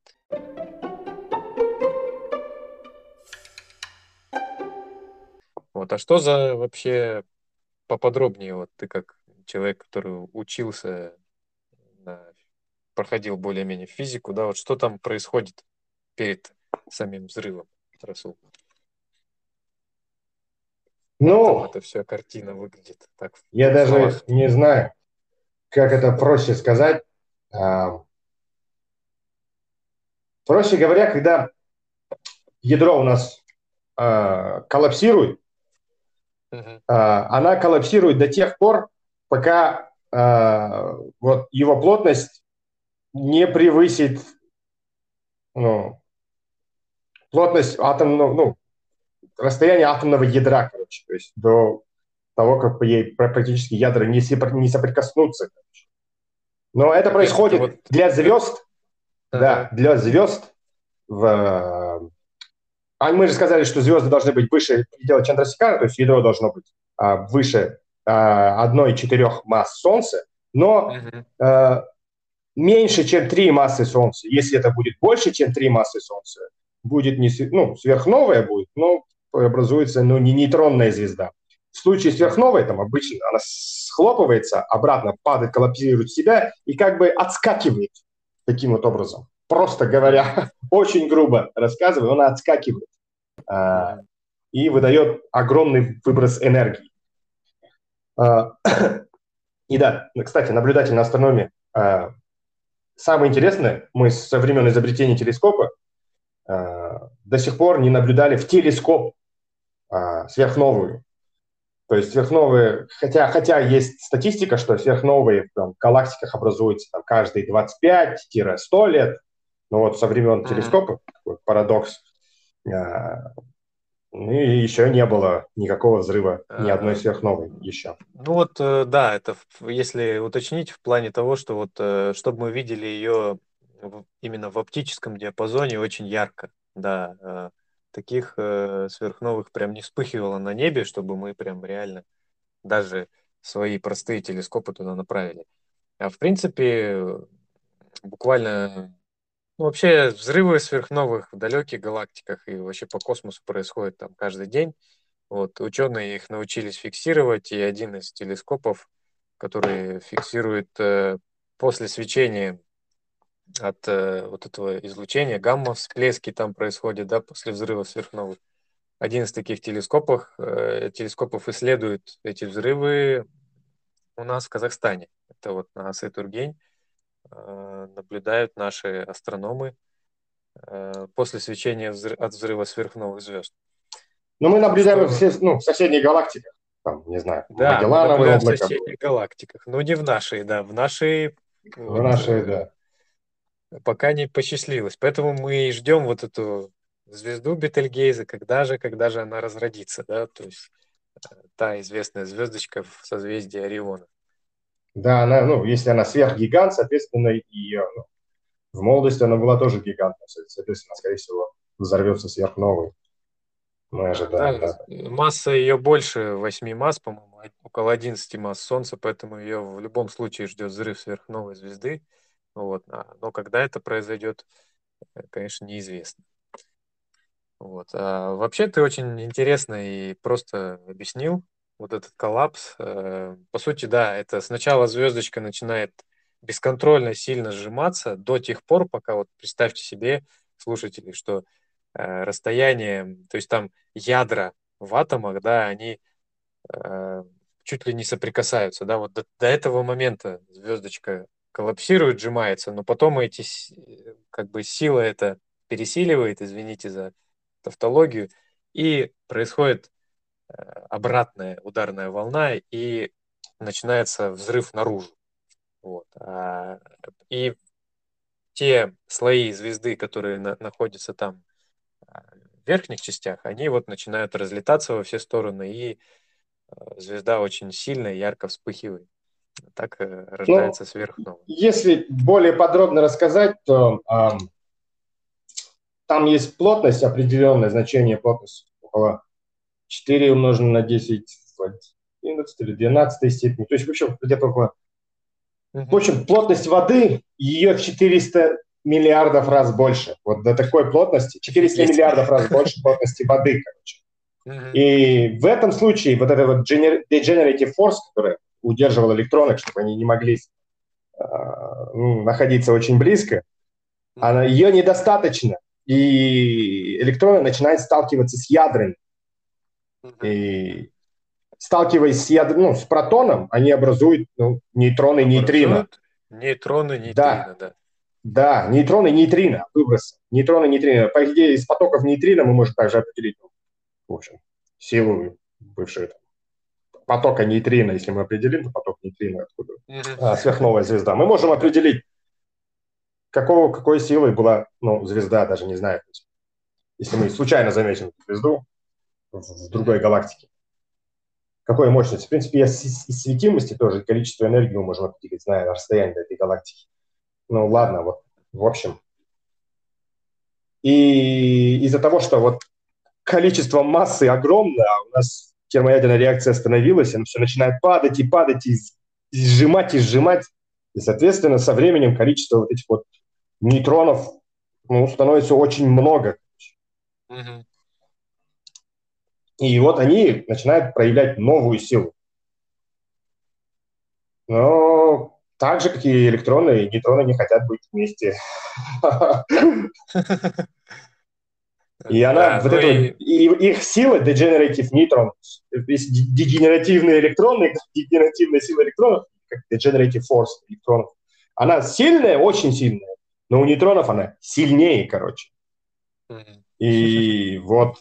Вот. А что за вообще поподробнее, вот ты как человек, который учился, на- проходил более-менее физику, да, вот что там происходит перед самим взрывом, Расул? Как там Ну, эта вся картина выглядит? Так, в я двух даже словах. не знаю, как это проще сказать. А, Проще говоря, когда ядро у нас а, коллапсирует, Мгм. а, она коллапсирует до тех пор, пока а, вот его плотность не превысит, ну, плотность атомного, ну, расстояние атомного ядра, короче, то есть до того, как ей практически ядра не, сопр- не соприкоснутся. Короче. Но это Опять-таки, происходит вот... для э, звезд, да, ага. для звезд в... А мы же сказали, что звезды должны быть выше предела Чандрасекара, то есть ядро должно быть а, выше а, одной из четырех масс Солнца, но Мгм. а, меньше, чем три массы Солнца. Если это будет больше, чем три массы Солнца, будет не, ну, сверхновая будет, но образуется, ну, не нейтронная звезда. В случае Мгм. сверхновой, там обычно она схлопывается, обратно падает, коллапсирует в себя и как бы отскакивает таким вот образом. Просто Мгм. говоря, очень грубо рассказываю, она отскакивает а, Мгм. и выдает огромный выброс энергии. А, и да, кстати, наблюдатель на астрономии. А, самое интересное, мы со времен изобретения телескопа а, до сих пор не наблюдали в телескоп а, сверхновую. То есть сверхновые, хотя, хотя есть статистика, что сверхновые там, в галактиках образуются там, каждые двадцать пять сто лет, но вот со времен Мгм. телескопа, такой парадокс, а, ну и еще не было никакого взрыва ни одной А, сверхновой еще. Ну вот, э, да, это в- если уточнить в плане того, что вот, э, чтобы мы видели ее в- именно в оптическом диапазоне очень ярко, да, э, таких э, сверхновых прям не вспыхивало на небе, чтобы мы прям реально даже свои простые телескопы туда направили. А в принципе, э, буквально, ну вообще взрывы сверхновых в далеких галактиках и вообще по космосу происходят там каждый день. Вот, ученые их научились фиксировать, и один из телескопов, который фиксирует э, после свечения от э, вот этого излучения, гамма-всплески там происходят, да, после взрыва сверхновых. Один из таких телескопов, э, телескопов исследует эти взрывы у нас в Казахстане. Это вот на Асы-Тургень э, наблюдают наши астрономы э, после свечения взры- от взрыва сверхновых звезд. Но мы Так наблюдаем их что все, ну, в соседних галактиках, там, не знаю, да, мы Магеллановое наблюдаем в облако, соседних галактиках, но не в нашей, да, в нашей в вот нашей, э, да. пока не посчастливилось. Поэтому мы и ждем вот эту звезду Бетельгейза, когда же, когда же она разродится, да, то есть та известная звездочка в созвездии Ориона. Да, она, ну, если она сверхгигант, соответственно, и ну, в молодости она была тоже гигантом, соответственно, скорее всего, взорвется сверхновой. Мы А, ожидаем, да, да. масса ее больше восьми масс, по-моему, од- около одиннадцати масс Солнца, поэтому ее в любом случае ждет взрыв сверхновой звезды. Вот. а- Но когда это произойдет, э, конечно, неизвестно. Вот. А вообще ты очень интересно и просто объяснил вот этот коллапс. Э, По сути, да, это сначала звездочка начинает бесконтрольно сильно сжиматься до тех пор, пока вот представьте себе, слушатели, что э, расстояние, то есть там ядра в атомах, да, они э, чуть ли не соприкасаются, да, вот до, до этого момента звездочка коллапсирует, сжимается, но потом эти, с- э, как бы сила это пересиливает, извините за тавтологию, и происходит э, обратная ударная волна, и начинается взрыв наружу. Вот. А, и те слои звезды, которые на- находятся там а, в верхних частях, они вот начинают разлетаться во все стороны, и э, звезда очень сильно и ярко вспыхивает. Так э, Ну, рождается сверхновая. если более подробно рассказать, то ам, там есть плотность, определенное значение плотности, около четыре умноженное на десять в одиннадцатой или двенадцатой степени. То есть, в общем, где-то около... В Мгм. общем, плотность воды, ее в четыреста миллиардов раз больше. Вот до такой плотности, четыреста Офигеть. миллиардов раз больше плотности воды, короче. Мгм. И в этом случае вот эта вот gener- degenerative force, которая удерживала электроны, чтобы они не могли а, ну, находиться очень близко, она, Мгм. ее недостаточно. И электроны начинают сталкиваться с ядрами. Мгм. И сталкиваясь с, ядр, ну, с протоном, они образуют ну, нейтроны и нейтрино. Образуют нейтроны, Да, нейтрино, да. да, нейтроны и нейтрино, выбросы. Нейтроны и нейтрино. По идее, из потоков нейтрино мы можем также определить, ну, в общем, силу бывшей там, Мгм. потока нейтрино, если мы определим, то поток нейтрино откуда. Мгм. А, сверхновая звезда. Мы можем Да. определить, какого, какой силой была ну, звезда, даже не знаю, если мы случайно заметим эту звезду в, в другой Мгм. галактике. Какой мощности? В принципе, из, из светимости тоже количество энергии мы можем определить, зная расстояние до этой галактики. Ну Да. ладно, вот в общем. И из-за того, что вот количество массы огромное, а у нас термоядерная реакция остановилась, она все начинает падать и падать, и, и сжимать, и сжимать. И, соответственно, со временем количество вот этих вот нейтронов ну, становится очень много. Мгм. И вот они начинают проявлять новую силу. Но так же, как и электроны, и нейтроны не хотят быть вместе. И она, Да, вот ну это вот, и и их сила, degenerative neutron, то есть дегенеративные электроны, дегенеративная сила электронов, как degenerative force электронов, она сильная, очень сильная, но у нейтронов она сильнее, короче. Мгм. И вот.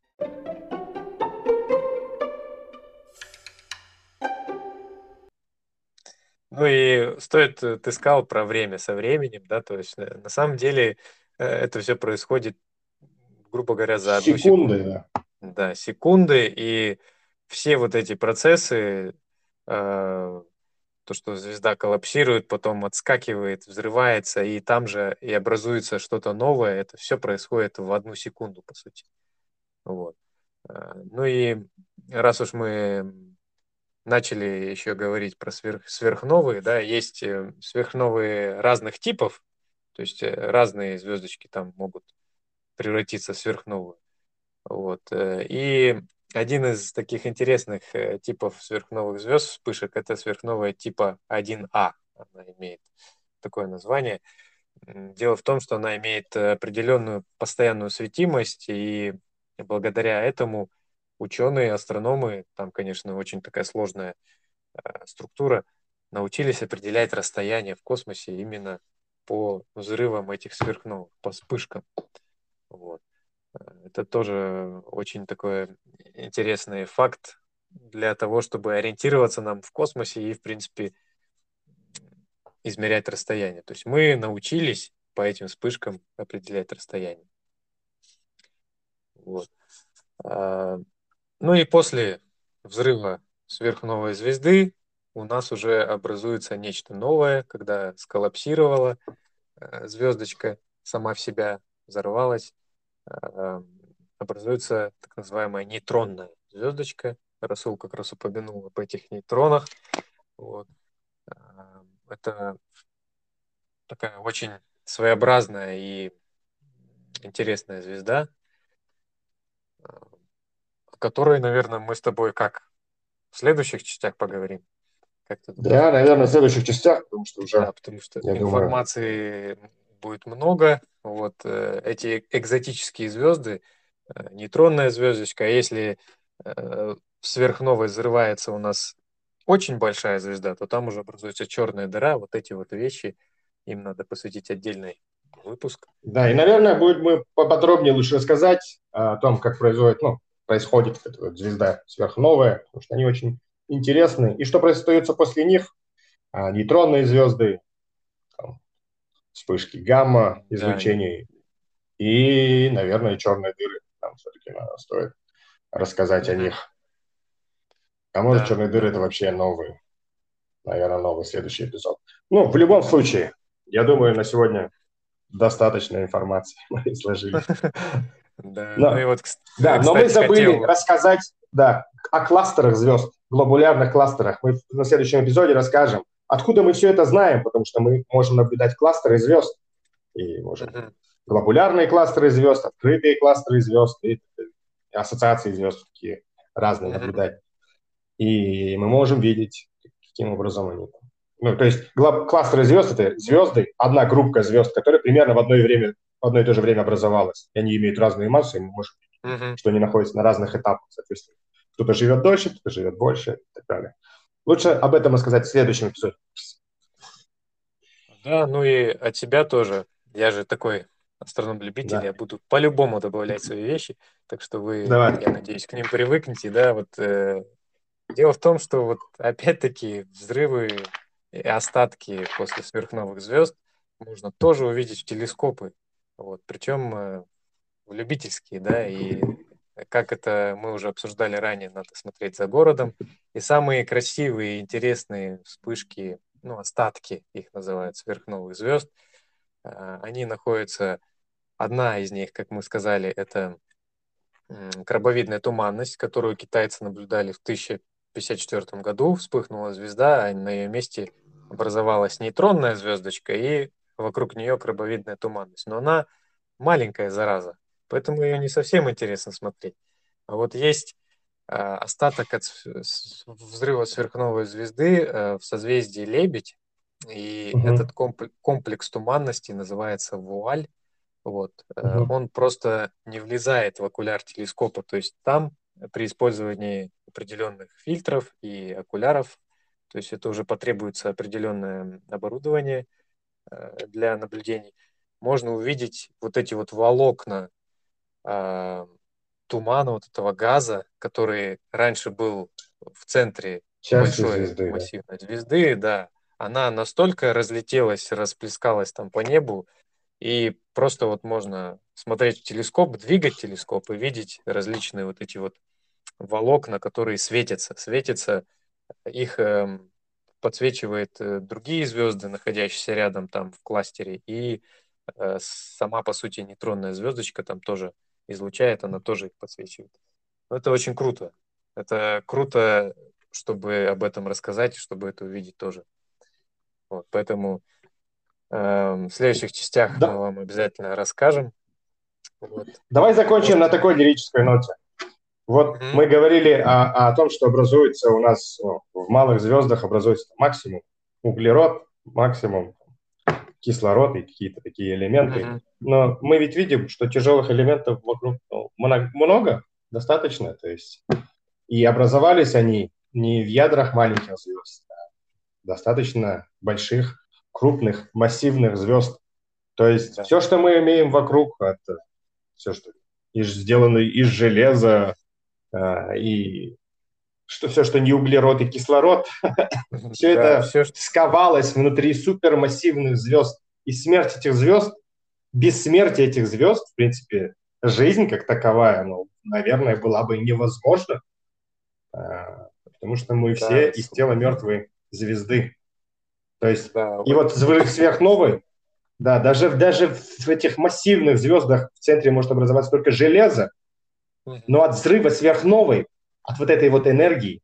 Ну и стоит, э, ты сказал про время со временем, да, то есть э, на самом деле э, это все происходит, грубо говоря, за одну Секунды, секунду. да. Да, секунды, и все вот эти процессы, э, то, что звезда коллапсирует, потом отскакивает, взрывается, и там же и образуется что-то новое, это все происходит в одну секунду, по сути. Вот. А, Ну и раз уж мы начали еще говорить про сверх, сверхновые, да, есть э, сверхновые разных типов, то есть э, разные звездочки там могут превратиться в сверхновую. Вот. э, И один из таких интересных э, типов сверхновых звезд, вспышек, это сверхновая типа один А. Она имеет такое название. М, Дело в том, что она имеет э, определенную постоянную светимость, и благодаря этому ученые, астрономы, там, конечно, очень такая сложная э, структура, научились определять расстояние в космосе именно по взрывам этих сверхновых, по вспышкам. Вот. Э, Это тоже очень такой интересный факт для того, чтобы ориентироваться нам в космосе и, в принципе, измерять расстояние. То есть мы научились по этим вспышкам определять расстояние. Вот. А, Ну и после взрыва сверхновой звезды у нас уже образуется нечто новое, когда сколлапсировала э, звездочка сама в себя, взорвалась, а, образуется так называемая нейтронная звездочка. Расул как раз упомянул об этих нейтронах. Вот. А, Это такая очень своеобразная и интересная звезда, а, о которой, наверное, мы с тобой как в следующих частях поговорим. Как ты думаешь? Да, наверное, в следующих частях, потому что уже, Да, потому что я думаю, информации будет много. Вот э, эти экзотические звезды, э, нейтронная звездочка, а если э, в сверхновой взрывается у нас очень большая звезда, то там уже образуется черная дыра. Вот эти вот вещи, им надо посвятить отдельный выпуск. да, и, наверное, будет мы поподробнее лучше рассказать о том, как произойдет, ну, происходит эта вот звезда сверхновая, потому что они очень интересны. И что происходит после них, а, нейтронные звезды, там, вспышки гамма, Да, излучений и, наверное, черные дыры. Там все-таки надо, стоит рассказать о мгм, них. А может, да, черные дыры– да. это вообще новые. наверное, новый следующий эпизод. Ну, в любом случае, я думаю, на сегодня достаточно информации мы изложили. Да, ну и Но, вот, да, но мы кстати, забыли хотел... рассказать, да, о кластерах звезд, глобулярных кластерах. Мы на следующем эпизоде расскажем, откуда мы все это знаем, потому что мы можем наблюдать кластеры звезд и можем Мгм. глобулярные кластеры звезд, открытые кластеры звезд и ассоциации звезд такие разные Мгм. наблюдать. И мы можем видеть, каким образом они. Ну, то есть глав- кластеры звезд — это звезды, одна группа звезд, которая примерно в одно время, в одно и то же время образовалась. И они имеют разные массы, и мы можем видеть, Мгм. что они находятся на разных этапах, соответственно. Кто-то живет дольше, кто-то живет больше и так далее. Лучше об этом рассказать в следующем эпизоде. Да, ну и от себя тоже. Я же такой астроном-любитель, Да, я буду по-любому добавлять свои вещи, так что вы, давай. я надеюсь, к ним привыкнете, да, вот э, дело в том, что вот опять-таки взрывы и остатки после сверхновых звезд можно тоже увидеть в телескопы, вот, причем э, в любительские, да, и как это мы уже обсуждали ранее, надо смотреть за городом, и самые красивые и интересные вспышки, ну, остатки, их называют, сверхновых звезд, а, они находятся, одна из них, как мы сказали, это м, крабовидная туманность, которую китайцы наблюдали в тысяча пятьдесят четвёртом году. Вспыхнула звезда, а на ее месте образовалась нейтронная звездочка, и вокруг нее крабовидная туманность. Но она маленькая зараза, поэтому ее не совсем интересно смотреть. А вот есть а, остаток от с- с- взрыва сверхновой звезды э, в созвездии Лебедь, и Угу, этот компл- комплекс туманности называется вуаль. Вот. э, угу. Он просто не влезает в окуляр телескопа, то есть там э, при использовании определенных фильтров и окуляров, то есть это уже потребуется определенное оборудование э, для наблюдений, можно увидеть вот эти вот волокна а, тумана, вот этого газа, который раньше был в центре Частью большой звезды, да. массивной звезды, да, она настолько разлетелась, расплескалась там по небу, и просто вот можно смотреть в телескоп, двигать телескоп и видеть различные вот эти вот волокна, которые светятся. Светятся, их эм, подсвечивает э, другие звезды, находящиеся рядом там в кластере, и э, сама, по сути, нейтронная звездочка там тоже излучает, она тоже их подсвечивает. Но это очень круто. Это круто, чтобы об этом рассказать, и чтобы это увидеть тоже. Вот, поэтому эм, в следующих частях мы Да, вам обязательно расскажем. Вот. давай закончим на Можете. такой лирической ноте. Вот Мгм. мы говорили о, о том, что образуется у нас, ну, в малых звездах образуется максимум углерод, максимум кислород и какие-то такие элементы. Мгм. Но мы ведь видим, что тяжелых элементов вокруг, ну, много, много, достаточно. То есть и образовались они не в ядрах маленьких звезд, а достаточно больших, крупных, массивных звезд. То есть Да. все, что мы имеем вокруг, это все, что из, сделано из железа, э, и что все, что не углерод и кислород, все Да, это все, что... сковалось внутри супермассивных звезд. И смерть этих звезд, без смерти этих звезд, в принципе, жизнь как таковая, ну, наверное, была бы невозможна, э, потому что мы все Да, из с- тела мертвой звезды. То есть, да, и вот. вот взрыв сверхновой, да, даже, даже в этих массивных звездах в центре может образоваться только железо, Мгм. но от взрыва сверхновой, от вот этой вот энергии,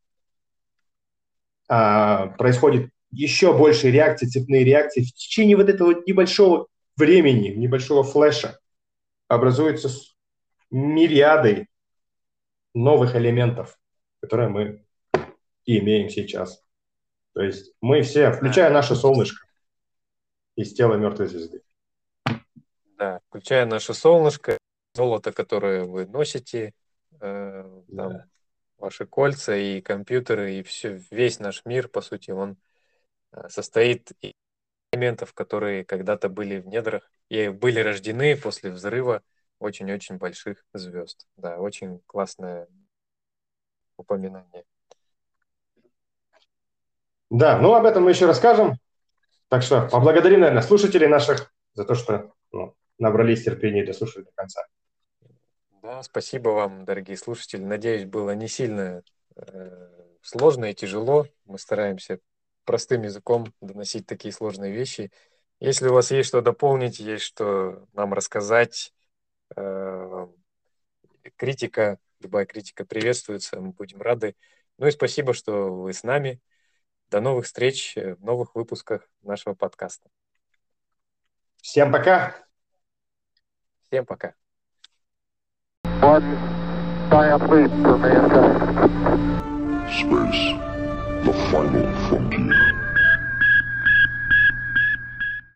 а, происходит еще больше реакций, цепные реакции. В течение вот этого небольшого времени, небольшого флеша образуются мириады новых элементов, которые мы и имеем сейчас. То есть мы все, Да, включая наше солнышко, из тела мертвой звезды. да, включая наше солнышко, золото, которое вы носите, э, там Да. ваши кольца и компьютеры, и все, весь наш мир, по сути, он э, состоит из элементов, которые когда-то были в недрах и были рождены после взрыва очень-очень больших звезд. Да, очень классное упоминание. Да, ну об этом мы еще расскажем. Так что поблагодарим, наверное, слушателей наших за то, что, ну, набрались терпения и дослушали до конца. Да, спасибо вам, дорогие слушатели. Надеюсь, было не сильно э, сложно и тяжело. Мы стараемся простым языком доносить такие сложные вещи. Если у вас есть что дополнить, есть что нам рассказать, э, критика, любая критика приветствуется, мы будем рады. Ну и спасибо, что вы с нами. До новых встреч в новых выпусках нашего подкаста. Всем пока. Всем пока. One giant leap for mankind. Space, the final frontier.